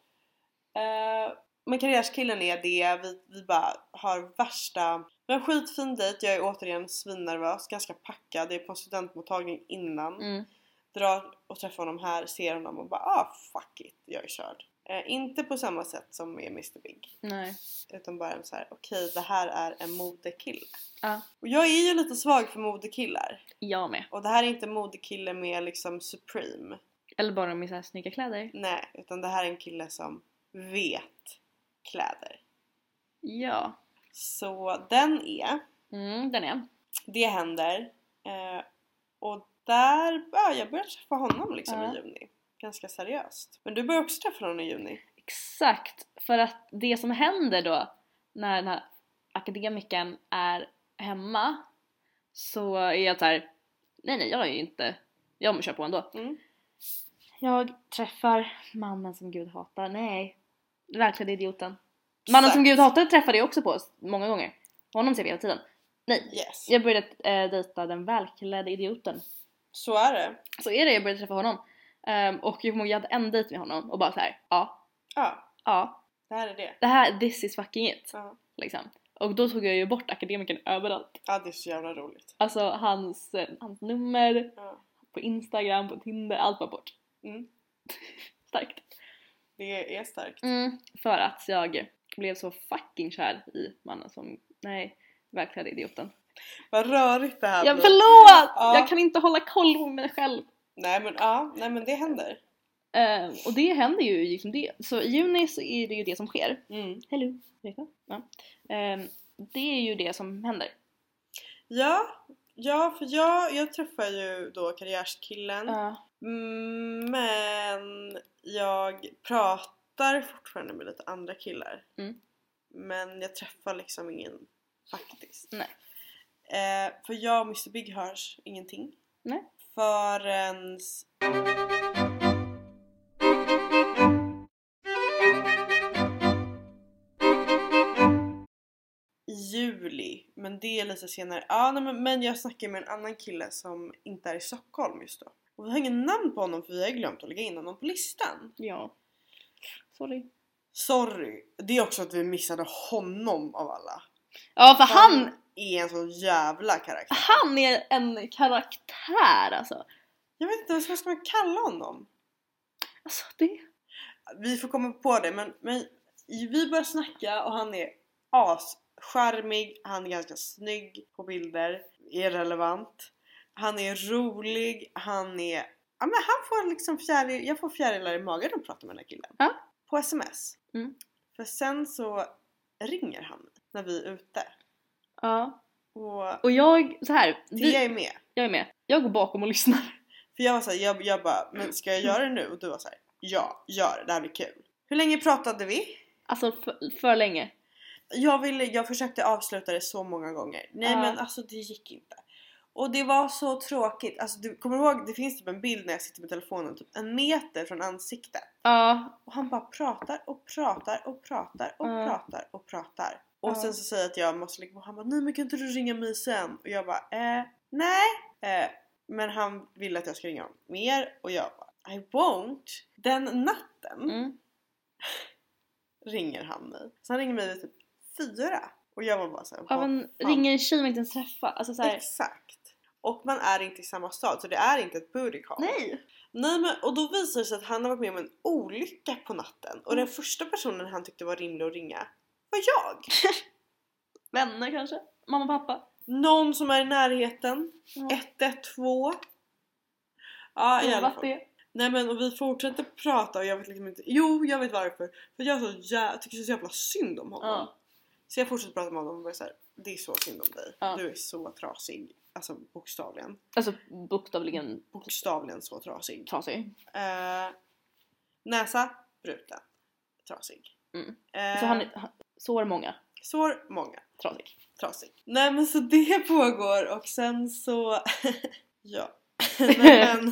Men karriärskillen är det. Vi bara har värsta... Vi har en skitfin dejt. Jag är återigen svinnervös. Ganska packad. Det är på en studentmottagning innan. Drar och träffar honom här. Ser honom och bara fuck it. Jag är körd. Inte på samma sätt som med Mr. Big.
Nej.
Utan bara så här: okej, det här är en modekille. Och jag är ju lite svag för modekillar.
Jag med.
Och det här är inte modekille med liksom Supreme.
Eller bara med så här snygga kläder.
Nej, utan det här är en kille som vet kläder.
Ja.
Så den är. Det händer. Och där, jag börjar träffa honom liksom i juni. Ganska seriöst. Men du börjar också träffa honom i juni.
Exakt. För att det som händer då när den här akademikern är hemma, så är jag så här: nej, jag är ju inte, jag måste köra på ändå. Jag träffar mannen som Gud hatar. Nej, verkligen idioten. Mannen som Gud hatar träffade jag också på många gånger. Honom ser vi hela tiden. Nej, jag började dejta den välklädda idioten.
Så är det.
Jag började träffa honom. Och jag hade en dejt med honom och bara så här:
det här är det.
Det här, this is fucking it. Liksom. Och då tog jag ju bort akademikern överallt.
Ja, det är så jävla roligt.
Alltså hans nummer på Instagram, på Tinder, allt var bort. Starkt.
Det är starkt.
För att jag blev så fucking kär i mannen som, verkligen idioten.
Vad rörigt det här blir.
Förlåt! Jag kan inte hålla koll på mig själv.
Nej men det händer.
Och det händer ju liksom det. Så i juni så är det ju det som sker. Hello. Det är ju det som händer. Ja, för jag träffar ju då karriärskillen. Men jag pratar fortfarande med lite andra killar. Men jag träffar liksom ingen faktiskt. Nej.
För jag och Mr. Big hörs ingenting.
Nej.
Förrän juli. Men det är lite senare. Men jag snackar med en annan kille som inte är i Stockholm just då. Och vi har ingen namn på honom för vi har glömt att lägga in honom på listan.
Ja.
Sorry. Det är också att vi missade honom av alla.
Ja, för han
är en så jävla karaktär.
Han är en karaktär alltså.
Jag vet inte, vad ska man kalla honom?
Alltså det...
Vi får komma på det, men vi börjar snacka och han är charmig, han är ganska snygg på bilder, irrelevant. Han är rolig, han får liksom jag får fjärilar i magen och pratar med den här killen. På sms. För sen så ringer han när vi är ute. Och jag så här. Jag är med.
Jag är med. Jag går bakom och lyssnar.
För jag var så här, jag bara, men ska jag göra det nu? Och du var så här: ja, gör det här blir kul. Hur länge pratade vi?
Alltså för länge.
Jag försökte avsluta det så många gånger. Nej men alltså det gick inte. Och det var så tråkigt. Alltså du kommer ihåg, det finns typ en bild när jag sitter med telefonen typ 1 meter från ansiktet. Och han bara pratar. Och sen så säger jag att jag måste lägga på. Han bara, nej men kan inte du ringa mig sen? Och jag bara, nej. Men han vill att jag ska ringa honom mer. Och jag bara, I won't. Den natten ringer han mig. Så han ringer mig vid typ 4. Och jag var bara såhär...
Av en ringer en tjej man inte ens träffa. Alltså så här...
Exakt. Och man är inte i samma stad, så det är inte ett booty call.
Nej,
men, och då visar det sig att han har varit med om en olycka på natten. Och den första personen han tyckte var rimlig att ringa var jag.
Vänner kanske? Mamma och pappa?
Någon som är i närheten. 112. Ja, i alla fall. Nej men och vi fortsätter prata och jag vet liksom inte. Jo, jag vet varför. För jag tycker så jävla synd om honom. Så jag fortsätter prata med honom och bara såhär, det är så synd om dig. Du är så trasig. Alltså bokstavligen.
Alltså bokstavligen
så trasig.
Näsa
bruten. Trasig.
Så han sår många. Trasig. Nej
men så det pågår och sen så ja. Men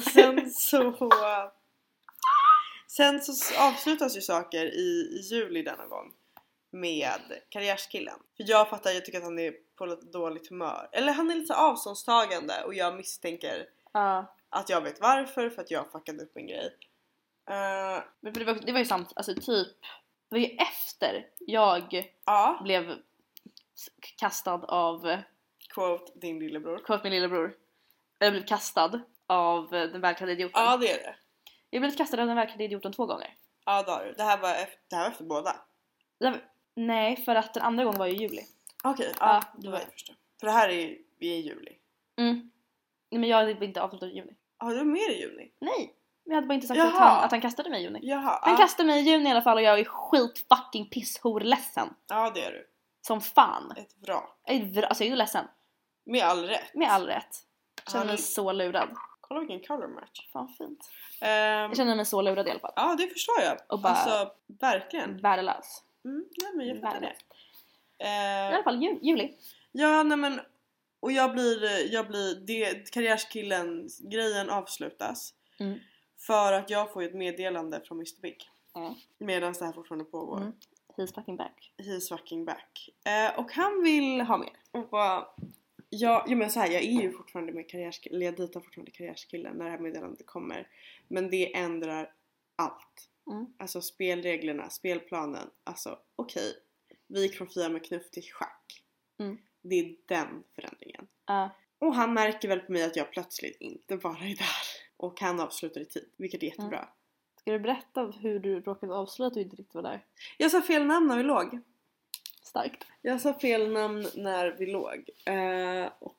sen så avslutas ju saker i juli denna gång med karriärskillen. För jag tycker att han är på lite dåligt humör. Eller han är lite avståndstagande och jag misstänker att jag vet varför, för att jag fuckade upp en grej.
Men det var ju samt, alltså typ det var ju efter jag blev kastad av
quote din lillebror.
Quote min lillebror. Jag blev kastad av den välklädda idioten.
Ja, det är det.
Jag blev kastad av den välklädda idioten 2 gånger.
Ja, då. Det här var efter båda.
Nej, för att den andra gången var i juli.
Okej, det var det första. För det här är i juli.
Nej, men jag hade inte avslutat i juni.
Du var mer i juni?
Nej, jag hade bara inte sagt att han kastade mig i juni. Han kastade mig i juni i alla fall och jag är skit fucking pisshorledsen.
Ja, det är du.
Som fan.
Ett bra.
Alltså jag är ledsen.
Med all rätt.
Jag känner mig så lurad.
Kolla vilken color match.
Fan fint. Jag känner mig så lurad i alla fall.
Ja, det förstår jag. Och bara alltså, verkligen.
Värdelös.
Nej, men jag fattar det.
I alla fall juli.
Ja, nej men. Och jag blir karriärskillen grejen avslutas. För att jag får ett meddelande från Mr. Big. Medan det här fortfarande pågår.
He's fucking back.
Och han vill ha mer. Och men så här, jag är ju fortfarande med karriärskillen. Jag dejtar fortfarande karriärskillen när det här meddelandet kommer. Men det ändrar allt. Alltså spelreglerna, spelplanen. Alltså okej. Vi gick från fia med knuff till schack. Det är den förändringen. Och han märker väl på mig att jag plötsligt inte bara är där. Och han avslutar i tid, vilket är jättebra.
Ska du berätta hur du råkade avsluta att du inte riktigt var där?
Jag sa fel namn när vi låg.
Starkt.
Jag sa fel namn när vi låg. Och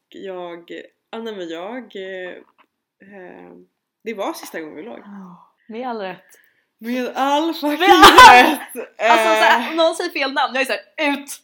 det var sista gången vi låg.
Med all rätt.
Med all fucking rätt.
Alltså såhär, någon säger fel namn, jag är såhär, ut!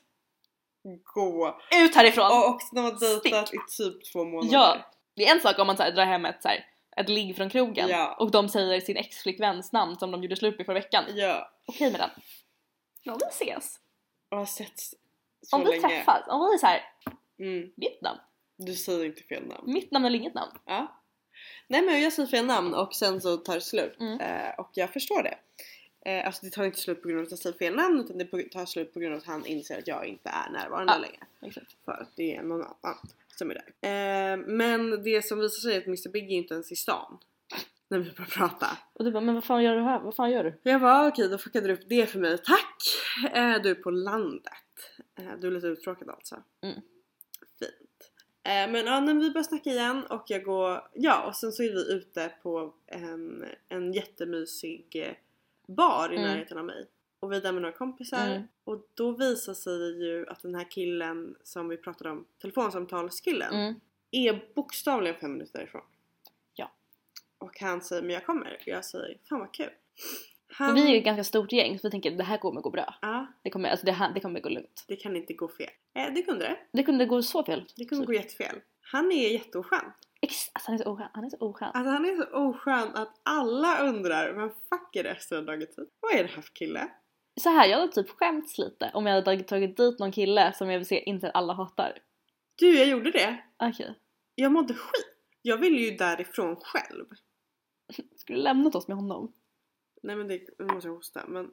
Gå.
Ut härifrån!
Och också när man dejtat i typ 2 månader.
Ja, det är en sak om man såhär, drar hem ett ligg från krogen och de säger sin ex-flickväns namn som de gjorde slut med förra veckan.
Ja.
Okej med den. Om vi ses.
Och har setts så
om vi
länge.
Träffas, om vi är såhär, mitt namn.
Du säger inte fel namn.
Mitt namn eller inget namn.
Ja. Nej men jag säger fel namn och sen så tar det slut. Och jag förstår det. Alltså det tar inte slut på grund av att jag säger fel namn, utan det tar slut på grund av att han inser att jag inte är närvarande längre.
Exakt.
För att det är någon annan som är där. Men det som visar sig är att Mr. Big är inte ens i stan när vi börjar prata.
Och du bara, men vad fan gör du här? Vad fan gör du?
Jag bara, okej, då fuckade du upp det för mig. Tack! Du är på landet. Du är lite uttråkad alltså. Fint. Men vi börjar snacka igen och jag går... Ja, och sen så är vi ute på en jättemysig bar i närheten av mig. Och vi är där med några kompisar. Och då visar sig ju att den här killen som vi pratade om, telefonsamtalskillen, är bokstavligen 5 minuter därifrån.
Ja.
Och han säger, men jag kommer. Och jag säger, fan vad kul.
Vi är ju ett ganska stort gäng, så vi tänker det här kommer gå bra.
Ja.
Det kommer gå lugnt.
Det kan inte gå fel. Det kunde det.
Det kunde gå så fel.
Det kunde gå jättefel. Han är jätteoskön.
Han är så oskön.
Alltså han är så oskön att alla undrar, vem fuck är det efter dragit hit? Vad är det här för kille?
Så här, jag hade typ skämts lite om jag hade tagit dit någon kille som jag vill se inte alla hatar.
Du, jag gjorde det.
Okej.
Jag mådde skit. Jag ville ju därifrån själv.
Skulle du lämnat oss med honom?
Nej men det måste jag hosta. Men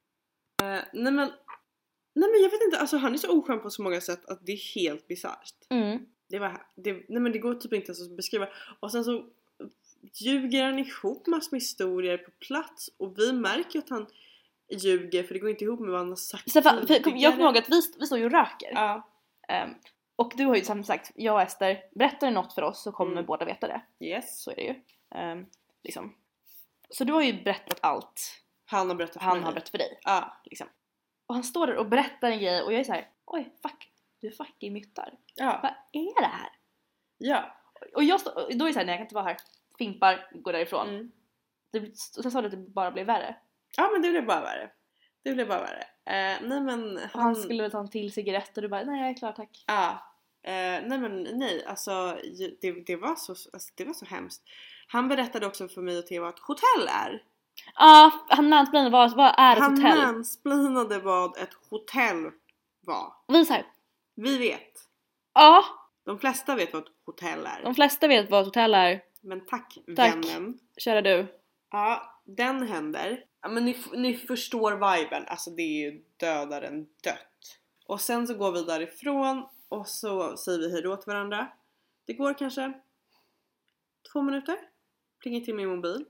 nej men jag vet inte. Alltså han är så oskön på så många sätt att det är helt bizarrt. Nej men det går typ inte ens att beskriva. Och sen så ljuger han ihop massor med historier på plats. Och vi märker att han ljuger, för det går inte ihop med vad han har sagt.
Jag kommer ihåg att vi står ju och röker.
Ja.
Och du har ju som sagt, jag och Ester, berättar du något för oss så kommer båda veta det.
Yes.
Så är det ju. Liksom. Så du har ju berättat allt.
Han har berättat
för dig.
Ja.
Liksom. Och han står där och berättar en grej och jag är så här: oj, fuck, du fucking myttar.
Ja.
Vad är det här?
Ja.
Och då är det så här, nej, jag kan inte vara här. Fimpar, går därifrån. Sen sa du att det bara blev värre.
Ja, men det blev bara värre. Nej, men
han skulle väl ta en till cigarett och du bara, nej, jag är klar, tack.
Ja. Nej, alltså det var så hemskt. Han berättade också för mig och Theo vad ett hotell är.
Ja, han mansplainade vad är ett hotell?
Han mansplainade vad ett hotell var. Vi vet.
Ja.
De flesta vet vad ett hotell är. Men tack. Vännen.
Kära du.
Ja, den händer. Ja, men ni förstår viben. Alltså det är ju dödare än dött. Och sen så går vi därifrån. Och så säger vi hej då till varandra. Det går kanske 2 minuter. Plingar till min mobil.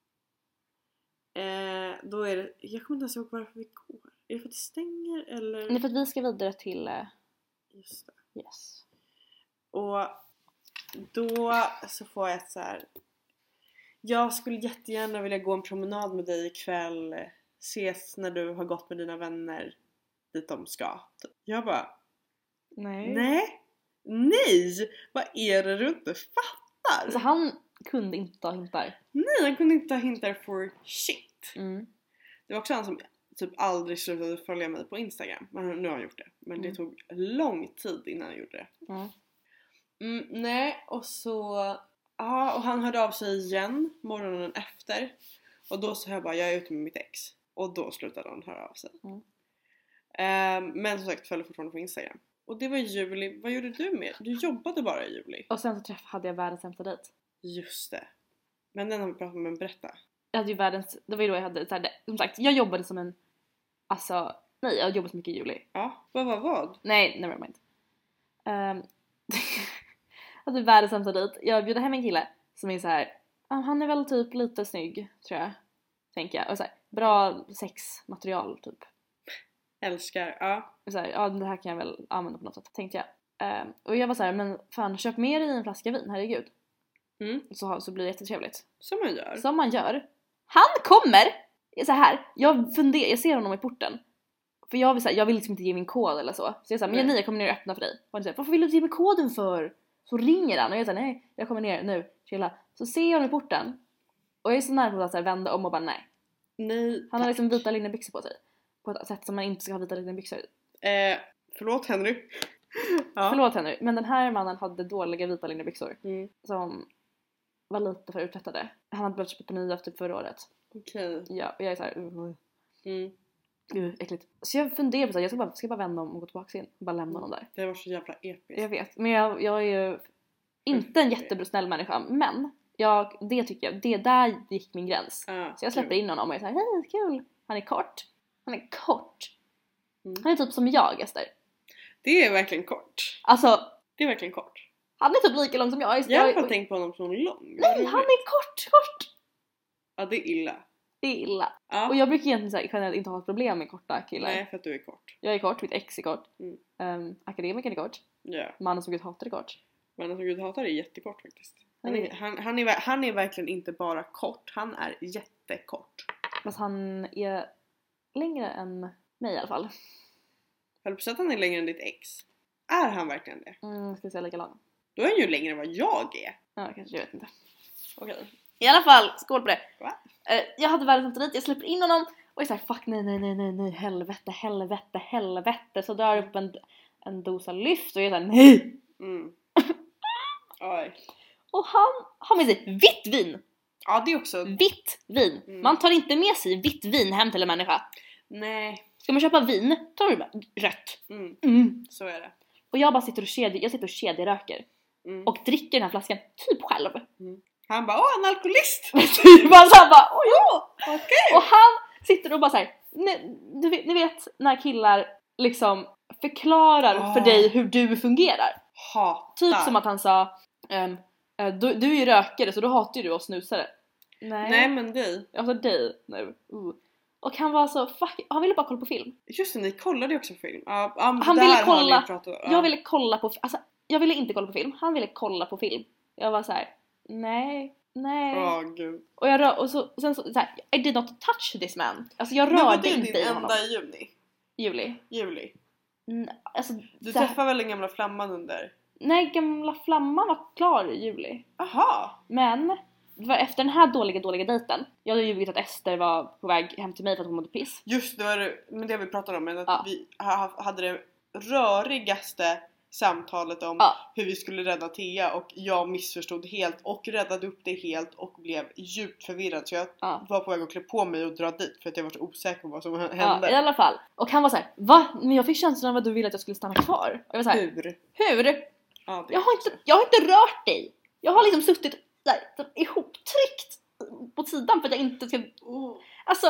Då är det... Jag kommer inte ens ihåg varför vi går. Är det för att det stänger eller?
Nej, för att vi ska vidare till...
Just
det. Yes.
Och då så får jag ett så här... Jag skulle jättegärna vilja gå en promenad med dig ikväll. Ses när du har gått med dina vänner dit de ska. Jag bara... Nej! Vad är det du inte fattar?
Alltså han kunde inte ta hintar.
Nej, han kunde inte ta hintar for shit.
Mm.
Det var också han som typ aldrig slutade följa mig på Instagram. Men nu har han gjort det. Men det tog lång tid innan han gjorde det. Nej, och så... Ja, och han hörde av sig igen morgonen efter. Och då sa jag bara, jag är ute med mitt ex. Och då slutade han höra av sig. Men som sagt, följde fortfarande på Instagram. Och det var i juli. Vad gjorde du med? Du jobbade bara i juli.
Och sen så hade jag världens sämsta dejt.
Just det. Men den har vi pratat om, men berätta.
Jag hade ju det var ju då jag hade så här, som sagt, jag jobbade som en... Alltså, nej, jag jobbade så mycket i juli.
Ja, vad?
Nej, never mind. Alltså världens sämsta dejt. Jag bjöd hem en kille som är så här. Han är väl typ lite snygg, tror jag. Tänker jag. Och så här, bra sexmaterial typ.
Älskar, ja.
Så här, ja, det här kan jag väl använda på något sätt, tänkte jag. Och jag var så här, men fan, köp med dig en flaska vin, herregud. Så blir det jättetrevligt. Som man gör. Han kommer så här. Jag ser honom i porten. För jag vill liksom inte ge min kod eller så. Så jag säger, men jag kommer ner och öppna för dig. Och han säger, varför vill du inte ge mig koden för? Så ringer han och jag säger, nej, jag kommer ner nu, chilla. Så ser jag honom i porten. Och jag är så nära på att så här, vända om och bara nej. Han har liksom vita linnebyxor på sig. På ett sätt som man inte ska ha vita linnebyxor.
Förlåt Henry.
Ja. Förlåt Henry. Men den här mannen hade dåliga vita linnebyxor. Som var lite för uträttade. Han hade börjat köpa på nya efter förra året.
Okej.
Ja, och jag är så här... äckligt. Så jag funderar på så här, jag ska bara vända om och gå tillbaka in. Och bara lämna honom där.
Det var så jävla episkt.
Jag vet. Men jag är ju inte en jättesnäll människa. Men det tycker jag. Det där gick min gräns. Så jag släpper in honom och jag säger, hej, kul. Han är kort. Han är typ som jag, Ester.
Det är verkligen kort.
Alltså,
det är verkligen kort.
Han är typ lika lång som jag.
Jag har bara tänkt på honom som lång.
Nej, han är kort.
Ja, det är illa.
Ja. Och jag brukar egentligen säga, generellt inte ha ett problem med korta killar.
Nej, för att du är kort.
Jag är kort, mitt ex är kort. Akademiker är kort.
Ja.
Mannen som Gud hatar är kort.
Mannen som Gud hatar är jättekort faktiskt. Han är verkligen inte bara kort. Han är jättekort.
Fast han är längre än mig i alla fall.
Har du att han är längre än ditt ex? Är han verkligen det?
Jag ska säga lika lång.
Då är han ju längre än vad jag är.
Ja, kanske, jag vet inte.
Okej.
I alla fall, skål på det.
Va?
Jag hade världens sämsta dejt, jag släpper in honom. Och jag säger, fuck nej, helvete. Så drar upp en dosa lyft och jag säger, nej.
Oj.
Och han har med sig vitt vin.
Ja, det är också
vitt vin. Man tar inte med sig vitt vin hem till en människa.
Nej.
Ska man köpa vin, tar du bara rött.
Så är det.
Och jag bara sitter och kedjeröker. Och dricker den här flaskan typ själv.
Han bara, en alkoholist.
Han bara,
okej.
Och han sitter och bara så här, ni vet när killar liksom förklarar för dig hur du fungerar.
Hatar.
Typ som att han sa, Du är ju rökare så då hatar ju du oss snusare.
Nej men dig.
Alltså dig nu. Och han var så han ville bara kolla på film.
Just det, ni kollade ju också på film.
Han ville kolla. Jag ville kolla på jag ville inte kolla på film. Han ville kolla på film. Jag var så här: nej.
Gud.
Och sen så här, I did not touch this man. Alltså jag rörde inte i honom.
Men var det din enda juli?
Alltså,
du träffade väl den gamla flamman under?
Nej, gamla flamman var klar i juli.
Aha.
Men det var efter den här dåliga dejten. Jag hade ljugit att Ester var på väg hem till mig för att hon mådde piss.
Just det, men det vi pratade om är att vi hade det rörigaste samtalet om hur vi skulle rädda Thea, och jag missförstod helt och räddade upp det helt och blev djupt förvirrad, så jag var på väg att klä på mig och dra dit för att jag var så osäker på vad som hände.
Ja, i alla fall. Och han var så här: va? Men jag fick känslan av att du ville att jag skulle stanna kvar. Och jag var så här: hur? Ja, jag har inte rört dig. Jag har liksom suttit där ihoptryckt på sidan för att jag inte ska... Alltså...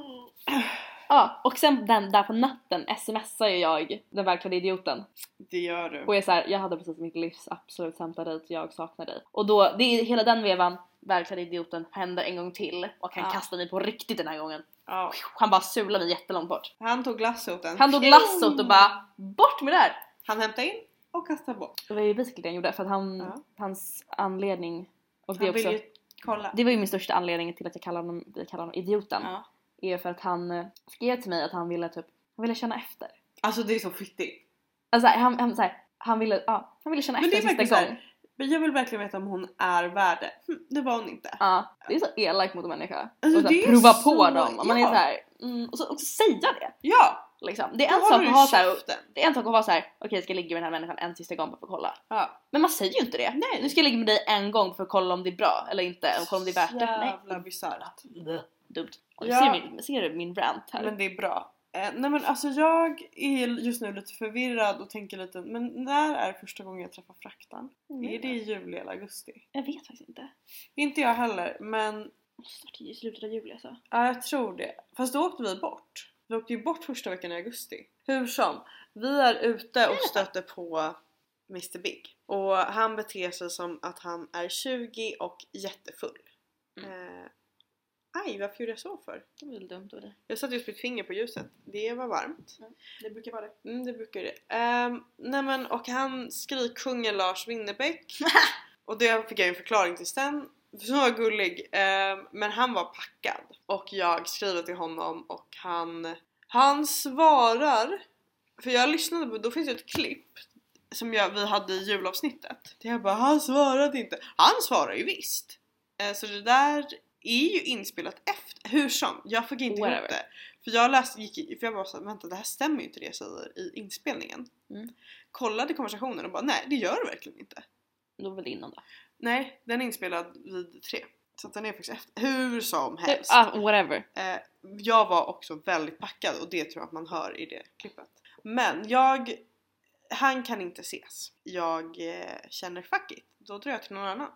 Ja, och sen den där på natten smsar ju jag den verkliga idioten.
Det gör du.
Och jag är så här: jag hade precis mitt livs absolut sämsta dejt, jag saknar dig. Och då, det är hela den vevan, verkliga idioten händer en gång till. Och han kastar mig på riktigt den här gången. Han bara sular mig jättelångt bort.
Han tog lassot
och bara bort med det där.
Han hämtade in och kastade bort.
Det var ju basically det han gjorde, för att hans anledning, och det också,
kolla.
Det var ju min största anledning till att jag kallar honom idioten. Är för att han skrev till mig att han ville känna efter.
Alltså det är så fittigt.
Alltså han ville känna efter sista gång.
Men jag vill verkligen veta om hon är värd det. Det var hon inte.
Ja, det är så elakt mot en människa.
Alltså,
och så prova på dem. Och man är så här, och så säga det.
Ja.
Liksom. Det är en sak att ha så här, det är en sak att vara så här: okej, jag ska ligga med den här människan en sista gång för att kolla. Ja. Men man säger ju inte det. Nej. Nu ska jag ligga med dig en gång för att kolla om det är bra eller inte, och kolla om det är värt det.
Jävla bisarrt.
Dumt. Ser du min rant här?
Men det är bra. Nej men alltså jag är just nu lite förvirrad och tänker lite, men när är första gången jag träffar Fraktan? Är det i juli eller augusti?
Jag vet faktiskt inte.
Inte jag heller, men
snart i slutet av juli alltså.
Ja, jag tror det. Fast då åkte vi bort. Vi åkte ju bort första veckan i augusti. Hur som, vi är ute och stöter på Mr. Big. Och han beter sig som att han är 20 och jättefull. Aj, varför gjorde jag så för?
Det var väl dumt av dig.
Jag satte just mitt finger på ljuset. Det var varmt.
Det brukar vara det.
Det brukar det. Nej men, och han skrikkungen Lars Winnerbäck. Och det fick jag en förklaring till sen. Som var gullig. Men han var packad. Och jag skriver till honom och han svarar. För jag lyssnade på, då finns det ett klipp som vi hade i julavsnittet. Jag bara, han svarade inte. Han svarar ju visst. Så det där är ju inspelat efter. Hur som, jag fick inte ihop det. För jag bara så, vänta, det här stämmer ju inte det jag säger i inspelningen. Kollade konversationen och bara, nej det gör det verkligen inte.
Då var det innan då?
Nej, den är inspelad vid 3. Så att den är faktiskt efter. Hur som helst.
Whatever.
Jag var också väldigt packad och det tror jag att man hör i det klippet. Men han kan inte ses. Jag känner fuck it. Då drar jag till någon annan.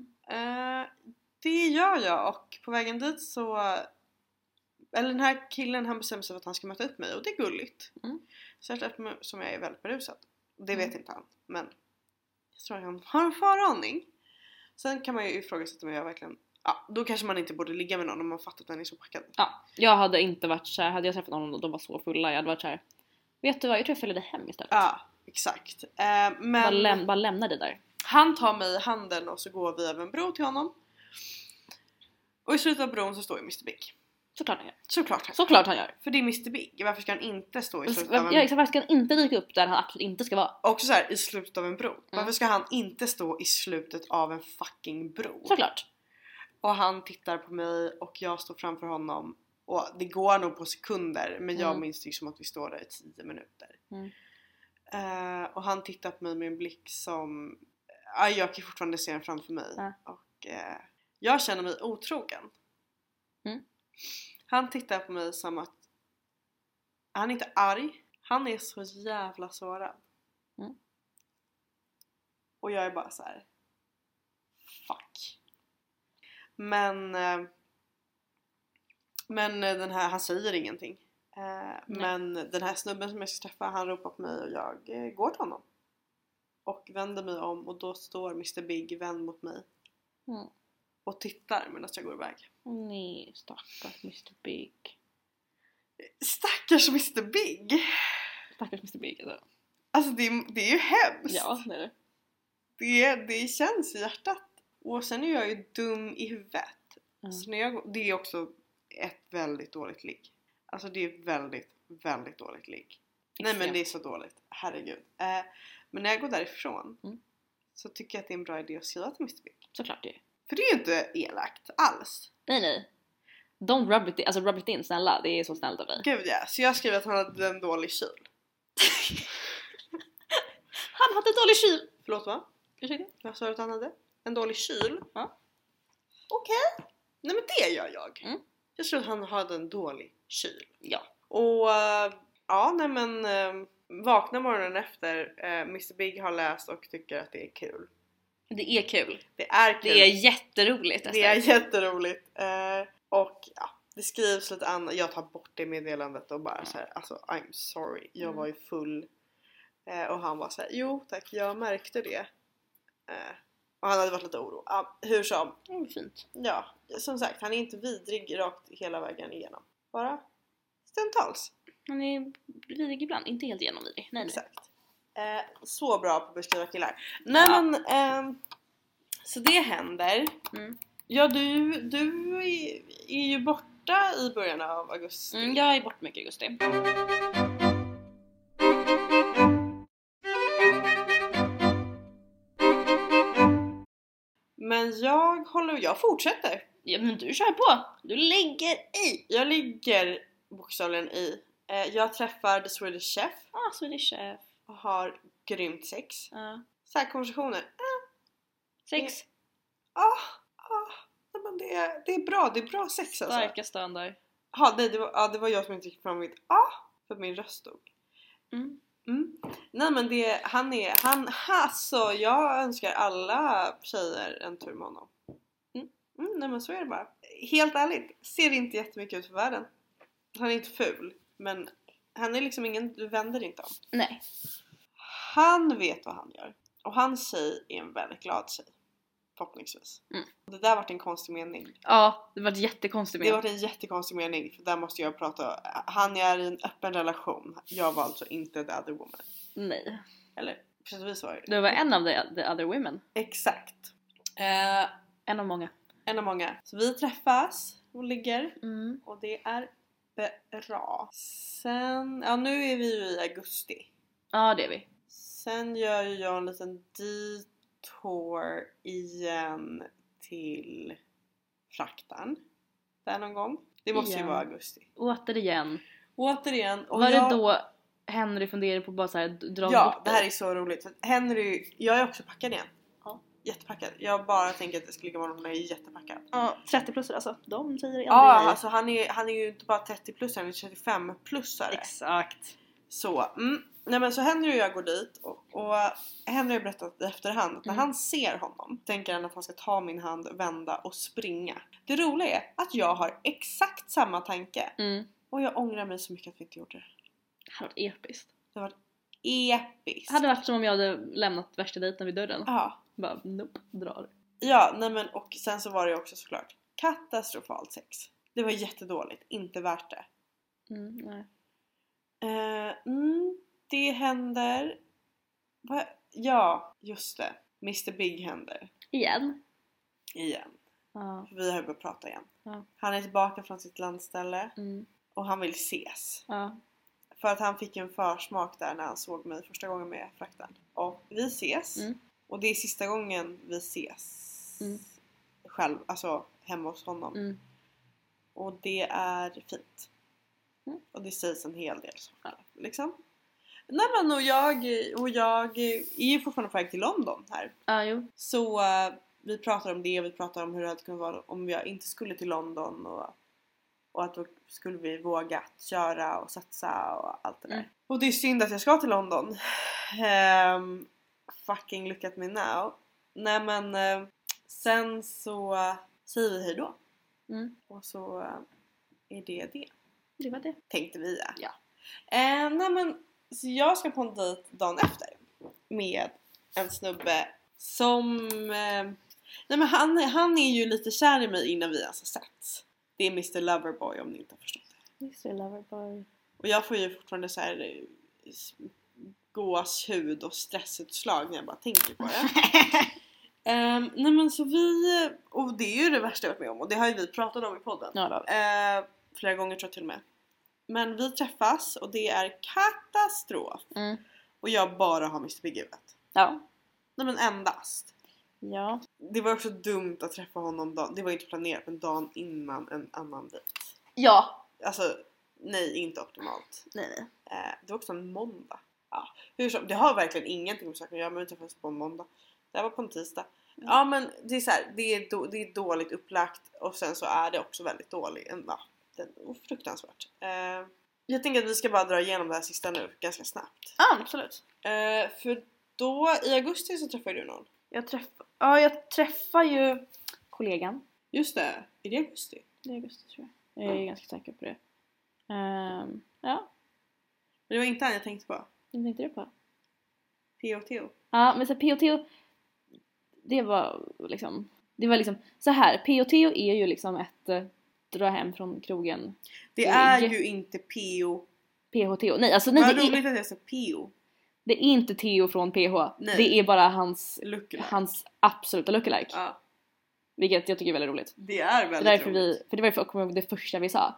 Det gör jag, och på vägen dit så, eller den här killen, han bestämmer sig för att han ska möta upp mig, och det är gulligt. Särskilt som jag är väldigt berusad. Det vet inte han, men jag tror att han har en föraning. Sen kan man ju ifrågasätta mig, jag verkligen, då kanske man inte borde ligga med någon om man fattar att den är så packad.
Ja, jag hade inte varit så här, hade jag träffat någon och de var så fulla, jag hade varit så här: vet du vad, jag tror jag följer dig hem istället.
Ja, exakt. Men
bara lämna dig där.
Han tar mig i handen och så går vi över en bro till honom. Och i slutet av bron så står ju Mr. Big.
Såklart han gör.
För det är Mr. Big. Varför ska han inte stå i slutet av en
bro? Varför ska han inte dyka upp där han absolut inte ska vara?
Också så här, i slutet av en bro. Varför ska han inte stå i slutet av en fucking bro?
Såklart.
Och han tittar på mig och jag står framför honom. Och det går nog på sekunder. Men jag minns det som att vi står där i 10 minuter. Och han tittar på mig med en blick som... jag kan fortfarande se den framför mig. Och jag känner mig otrogen. Han tittar på mig som att han är inte arg. Han är så jävla sårad. Och jag är bara så här: fuck. Men den här, han säger ingenting. Men den här snubben som jag ska träffa, han ropar på mig och jag går till honom. Och vänder mig om och då står Mr. Big vänd mot mig. Och tittar medan jag går iväg.
Nej, stackars Mr. Big.
Stackars Mr. Big!
Stackars Mr. Big alltså.
Alltså det är ju hemskt.
Ja, det är det.
Det känns i hjärtat. Och sen är jag ju dum i huvudet. Så när det är också ett väldigt dåligt ligg. Alltså det är väldigt, väldigt dåligt ligg. Nej men det är så dåligt. Herregud. Men när jag går därifrån så tycker jag att det är en bra idé att skriva till Mr. Big.
Såklart det.
För det är ju inte elakt alls.
Nej. Don't rub it in. Alltså rub it in, snälla. Det är så snällt av dig.
Gud ja. Så jag skriver att han hade en dålig kyl.
Han hade en dålig kyl.
Förlåt va?
Ursäkta?
Jag sa att han hade en dålig kyl.
Ja.
Okej. Nej men det gör jag. Jag tror att han hade en dålig kyl.
Ja.
Och ja, nej men vakna morgonen efter. Mr. Big har läst och tycker att det är kul.
Det är kul.
Det är kul.
Det är jätteroligt.
Det är jätteroligt. Och ja, det skrivs lite annat. Jag tar bort det meddelandet och bara så här, alltså I'm sorry. Jag var ju full. Och han var så här, jo tack, jag märkte det. Och han hade varit lite oro. Ja, hur som.
Fint.
Ja, som sagt, han är inte vidrig rakt hela vägen igenom. Bara stundtals.
Han är vidrig ibland, inte helt genomvidrig. Nej.
Exakt. Så bra på att beskriva killar. Nej men, så det händer. Ja, du är ju borta i början av augusti.
Jag är borta mycket i augusti.
Men jag fortsätter.
Ja, men du kör på. Du ligger i.
Jag ligger bokstavligen i. Jag träffar The Swedish Chef.
Swedish Chef.
Och har grymt sex. Så här konversationer.
Sex.
Men det är bra. Det är bra sex alltså.
Starka ståndar.
Nej, det var jag som inte gick fram mitt för min röst dog. Nej men alltså jag önskar alla tjejer en tur med honom. Nej men så är det bara. Helt ärligt, ser inte jättemycket ut för världen. Han är inte ful, men han är liksom ingen, du vänder inte om.
Nej.
Han vet vad han gör. Och hans tjej är en väldigt glad tjej. Förhoppningsvis. Det där varit en konstig mening.
Ja, det var en jättekonstig mening.
Det var en jättekonstig mening. För där måste jag prata. Han är i en öppen relation. Jag var alltså inte the other woman.
Nej.
Eller precis var det.
Du var en av the other women.
Exakt.
En av många.
En av många. Så vi träffas och ligger. Och det är bra. Sen, nu är vi ju i augusti.
Ja, det är vi.
Sen gör jag en liten detour igen till Fraktan. Där någon gång. Det måste ju vara augusti.
Återigen.
Och
var det då Henry funderade på bara så här dra bort
det här är så roligt. För Henry, jag är också packad igen. Ja. Jättepackad. Jag bara tänker att det skulle ligga med honom när jag är jättepackad.
Ja, 30-plussare alltså. De säger det.
Ja, alltså han är ju inte bara 30 plus, han är 35-plussare.
Exakt.
Så, nej men så Henry och jag går dit och Henry har berättat i efterhand att när han ser honom tänker han att han ska ta min hand, vända och springa. Det roliga är att jag har exakt samma tanke. Och jag ångrar mig så mycket att vi inte gjorde det.
Det hade varit episkt.
Det hade varit episkt.
Det hade varit som om jag hade lämnat värsta dejten vid dörren.
Ja.
Bara, nope, drar.
Ja, nej men och sen så var det också såklart katastrofalt sex. Det var jättedåligt, inte värt det.
Nej.
Det händer. Ja, just det. Mr. Big händer.
Igen.
Ja. Vi har börjat prata igen.
Ja.
Han är tillbaka från sitt landställe. Och han vill ses.
Ja.
För att han fick en försmak där när han såg mig första gången med Fraktan. Och vi ses. Och det är sista gången vi ses. Själv, alltså hemma hos honom. Och det är fint. Och det sägs en hel del saker. Liksom. Nej men och jag är ju fortfarande på väg till London här.
Jo.
Så vi pratar om det. Vi pratar om hur det hade kunnat vara om jag inte skulle till London. Och att då skulle vi våga köra och satsa och allt det där. Och det är synd att jag ska till London. Fucking look at me now. Nej men sen så säger vi hej då. Och så är det.
Det var det.
Tänkte vi
ja.
Nej men så jag ska på en dejt dagen efter med en snubbe som... nej men han är ju lite kär i mig innan vi ens har sett. Det är Mr. Loverboy om ni inte har förstått det.
Mr. Loverboy.
Och jag får ju fortfarande så här gåshud och stressutslag när jag bara tänker på det. Nej men så vi... Och det är ju det värsta jag varit med om. Och det har ju vi pratat om i podden.
Ja,
flera gånger tror jag till och med. Men vi träffas och det är katastrof. Och jag bara har Mr. Big i huvudet.
Ja.
Nej men endast.
Ja.
Det var också dumt att träffa honom det var inte planerat, men dagen innan en annan dejt.
Ja.
Alltså, nej, inte optimalt.
Nej.
Det var också en måndag. Ja, hur som, det har verkligen ingenting med saker att göra, men vi träffades på en måndag. Det var på en tisdag. Ja men det är så här, det är dåligt upplagt. Och sen så är det också väldigt dåligt. Det är fruktansvärt. Jag tänker att vi ska bara dra igenom det här sista nu ganska snabbt.
Ja, absolut.
För då i augusti så träffade du någon.
Jag träffar ju kollegan.
Just det, är det augusti?
Det är augusti tror jag. Jag är ganska säker på det. Ja.
Men det var inte han jag tänkte på.
Vad tänkte du på?
P.O.T.O.
Ja, men så P.O.T.O. Det var liksom så här. P.O.T.O. är ju liksom ett dra hem från krogen.
Det är ju inte P.O.
P.H.T.O. Nej, alltså nej,
vad roligt att jag sa P.O.
Det är inte Theo från PH.
Nej.
Det är bara hans absoluta lookalike.
Ja.
Vilket jag tycker är väldigt roligt.
Det är väldigt roligt.
För det var det första vi sa.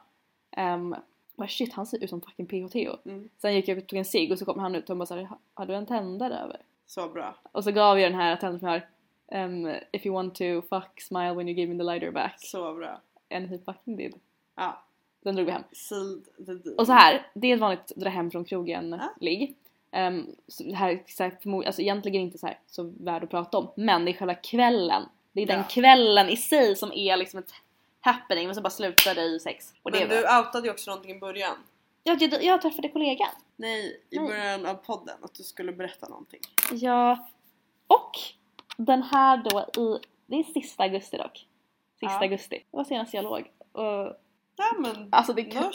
Shit, han ser ut som fucking P.H.T.O. Sen gick jag och tog en cigg och så kom han ut och bara såhär, har du en tändare över?
Så bra.
Och så gav jag den här tändaren som jag har. If you want to fuck, smile when you give me the lighter back.
Så bra.
And he fucking did.
Ja.
Den drog vi hem.
Och
så här, det är ett vanligt dra hem från krogen-ligg. Så det här alltså egentligen inte så värd att prata om. Men det är själva kvällen. Det är den kvällen i sig som är liksom ett happening. Men så bara slutar det i sex. Och
men
det
du outade ju också någonting i början.
Jag träffade kollegan.
Nej, i början av podden. Att du skulle berätta någonting.
Ja. Och den här då det är sista augusti dock. Sista augusti. Det var senast jag låg. Och
ja men
alltså det kan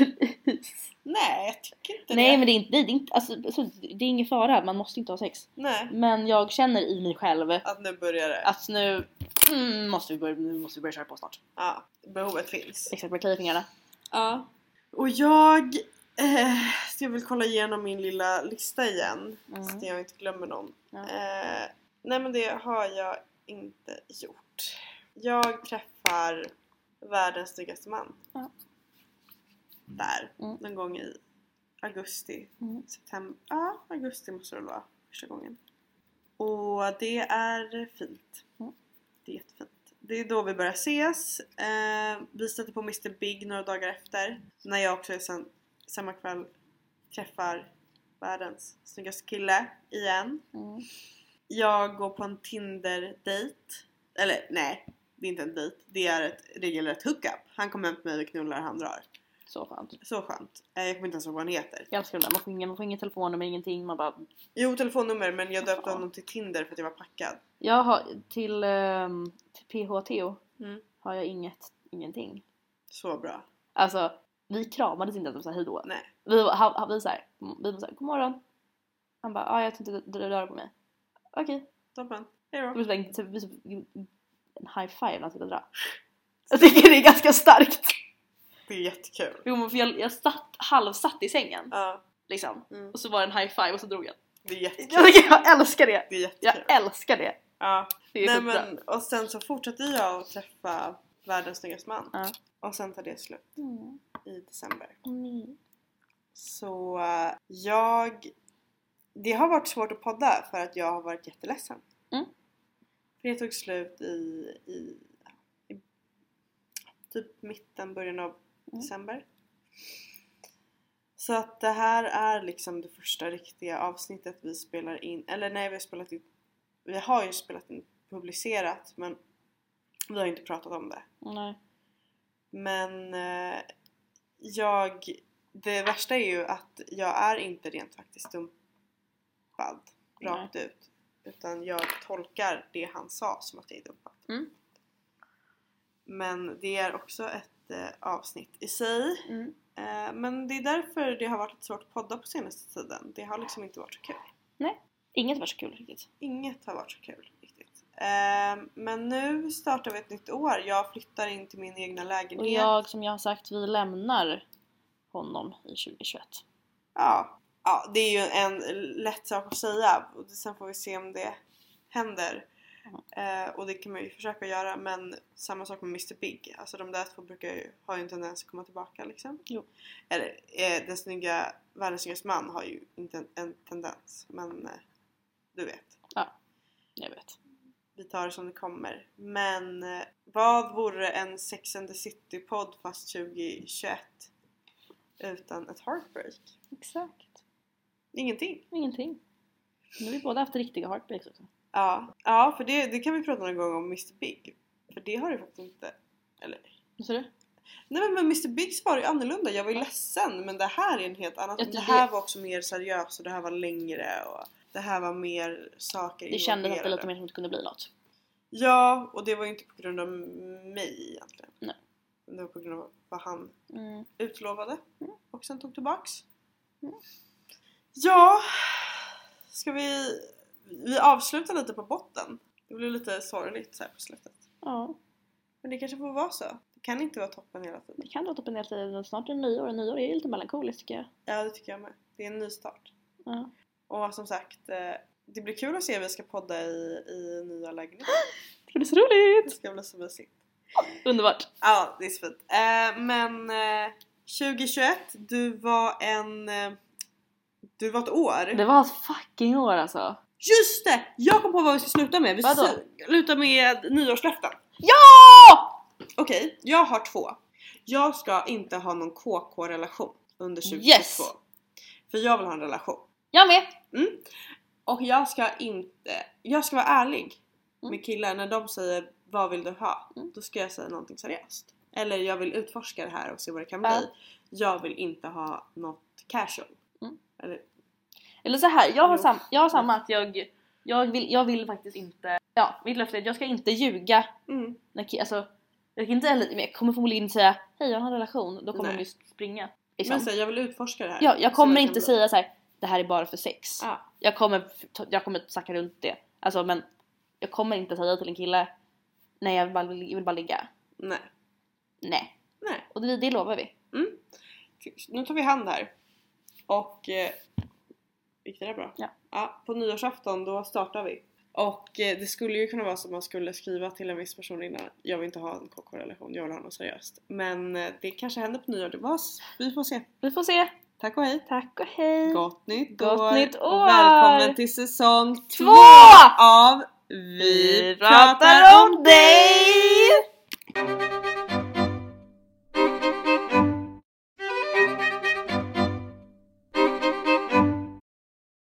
nej, jag tycker inte
nej,
det.
men det är inte alltså, det är ingen fara, man måste inte ha sex.
Nej.
Men jag känner i mig själv
att nu börjar det.
Att nu måste vi börja köra på snart.
Ja, behovet finns.
Exakt, med klippningarna.
Ja. Och jag vill kolla igenom min lilla lista igen. Så att jag inte glömmer någon.
Ja.
Nej men det har jag inte gjort. Jag träffar världens snyggaste man.
Ja.
Där. Någon gång i augusti. September. Ja, augusti måste det vara första gången. Och det är fint. Det är jättefint. Det är då vi börjar ses. Vi stöter på Mr. Big några dagar efter. När jag också samma kväll träffar världens snyggaste kille igen. Jag går på en Tinder-date. Eller nej, det är inte en dejt. Det är ett regelrätt hookup. Han kommer hem till mig och knullar, han drar.
Så skönt.
Så skönt. Jag kommer inte ens ihåg vad han heter.
Jag älskar det där. Man får ingen telefonnummer, ingenting. Man bara...
Jo, telefonnummer, men jag döpte honom till Tinder för att jag var packad.
Jag har till PHTO har jag ingenting.
Så bra.
Alltså, vi kramades inte ens hejdå.
Nej.
Vi var såhär, god morgon. Han bara, jag tänkte du rör på mig. Okej.
Toppen. Hejdå.
Vi en high five när han skulle dra. Jag tycker det är ganska starkt.
Det är jättekul.
Jo, men för jag halvsatt i sängen.
Ja.
Liksom. Och så var det en high five och så drog jag.
Det är jättekul.
Jag älskar det.
Det är jättekul.
Jag älskar det.
Ja.
Det är
men, och sen så fortsatte jag att träffa världens snyggaste man.
Ja.
Och sen tar det slut. I december. Så det har varit svårt att podda för att jag har varit jätteledsen. För det tog slut i typ början av december. Så att det här är liksom det första riktiga avsnittet vi spelar in. Eller nej, vi har ju spelat in publicerat, men vi har inte pratat om det.
Nej.
Men det värsta är ju att jag är inte rent faktiskt dumpad rakt ut. Utan jag tolkar det han sa som att det är dumpad. Men det är också ett avsnitt i sig. Men det är därför det har varit lite svårt att podda på senaste tiden. Det har liksom inte varit så kul.
Nej. Inget var så kul riktigt.
Inget har varit så kul riktigt. Men nu startar vi ett nytt år. Jag flyttar in till min egna lägenhet.
Och som jag har sagt, vi lämnar honom i 2021.
Ja, det är ju en lätt sak att säga. Och sen får vi se om det händer. Och det kan man ju försöka göra. Men samma sak med Mr. Big. Alltså de där två har ju en tendens att komma tillbaka liksom.
Jo.
Eller den snygga, världens snyggaste man har ju inte en tendens. Men du vet.
Ja, jag vet.
Vi tar det som det kommer. Men vad vore en Sex and the City-podd fast 2021 utan ett heartbreak?
Exakt.
Ingenting.
Nu har vi båda haft riktiga heartbreaks också.
Ja, för det kan vi prata någon gång om Mr. Big. För det har du faktiskt inte. Eller?
Vad sa du?
Nej, men med Mr. Big var det ju annorlunda. Jag var ju ledsen, men det här är en helt annan. Det här var också mer seriöst och det här var längre och det här var mer saker.
Det kändes att det lite mer som att det kunde bli något.
Ja, och det var ju inte på grund av mig egentligen.
Nej.
Det var på grund av vad han utlovade och sen tog tillbaks. Ja, ska vi avsluta lite på botten? Det blir lite sorgligt så här på slutet.
Ja.
Men det kanske får vara så. Det kan inte vara toppen hela tiden.
Det kan vara toppen hela tiden. Snart är det nyår. Nyår är lite melankoliskt tycker jag.
Ja, det tycker jag med. Det är en ny start.
Ja.
Och som sagt, det blir kul att se vi ska podda i nya lägenheter.
Det ska bli så roligt!
Det ska bli så mysigt.
Underbart!
Ja, det är så fint. Men 2021, du var ett år.
Det var ett fucking år alltså.
Just det! Jag kom på vad vi ska sluta med. Vi ska sluta med nyårslöften.
Ja!
Okej, jag har 2. Jag ska inte ha någon KK-relation under 2022.
Yes!
För jag vill ha en relation.
Jag med!
Och jag ska vara ärlig med killar. När de säger, vad vill du ha? Då ska jag säga någonting seriöst. Eller jag vill utforska det här och se vad det kan bli. Jag vill inte ha något casual.
Eller så här, jag har samma att jag vill faktiskt inte. Ja, mitt löfte är att jag ska inte ljuga. Alltså, jag kan inte heller, men jag kommer förmodligen säga hej, jag har en relation. Då kommer de just springa.
Liksom. Men så, jag vill utforska det här.
Ja, jag kommer inte säga så här, det här är bara för sex.
Ja.
Jag kommer snacka runt det. Alltså, men jag kommer inte säga till en kille, nej, jag vill bara ligga. Nej. Och det lovar vi.
Nu tar vi hand här. Och gick det bra? Ja, på nyårsafton då startar vi. Och det skulle ju kunna vara så att man skulle skriva till en viss person innan. Jag vill inte ha en KK-relation, jag vill ha något seriöst. Men det kanske händer på nyår. Vi får se. Tack och hej. Gott nytt år. Och välkommen till säsong 2 av Vi pratar om dig.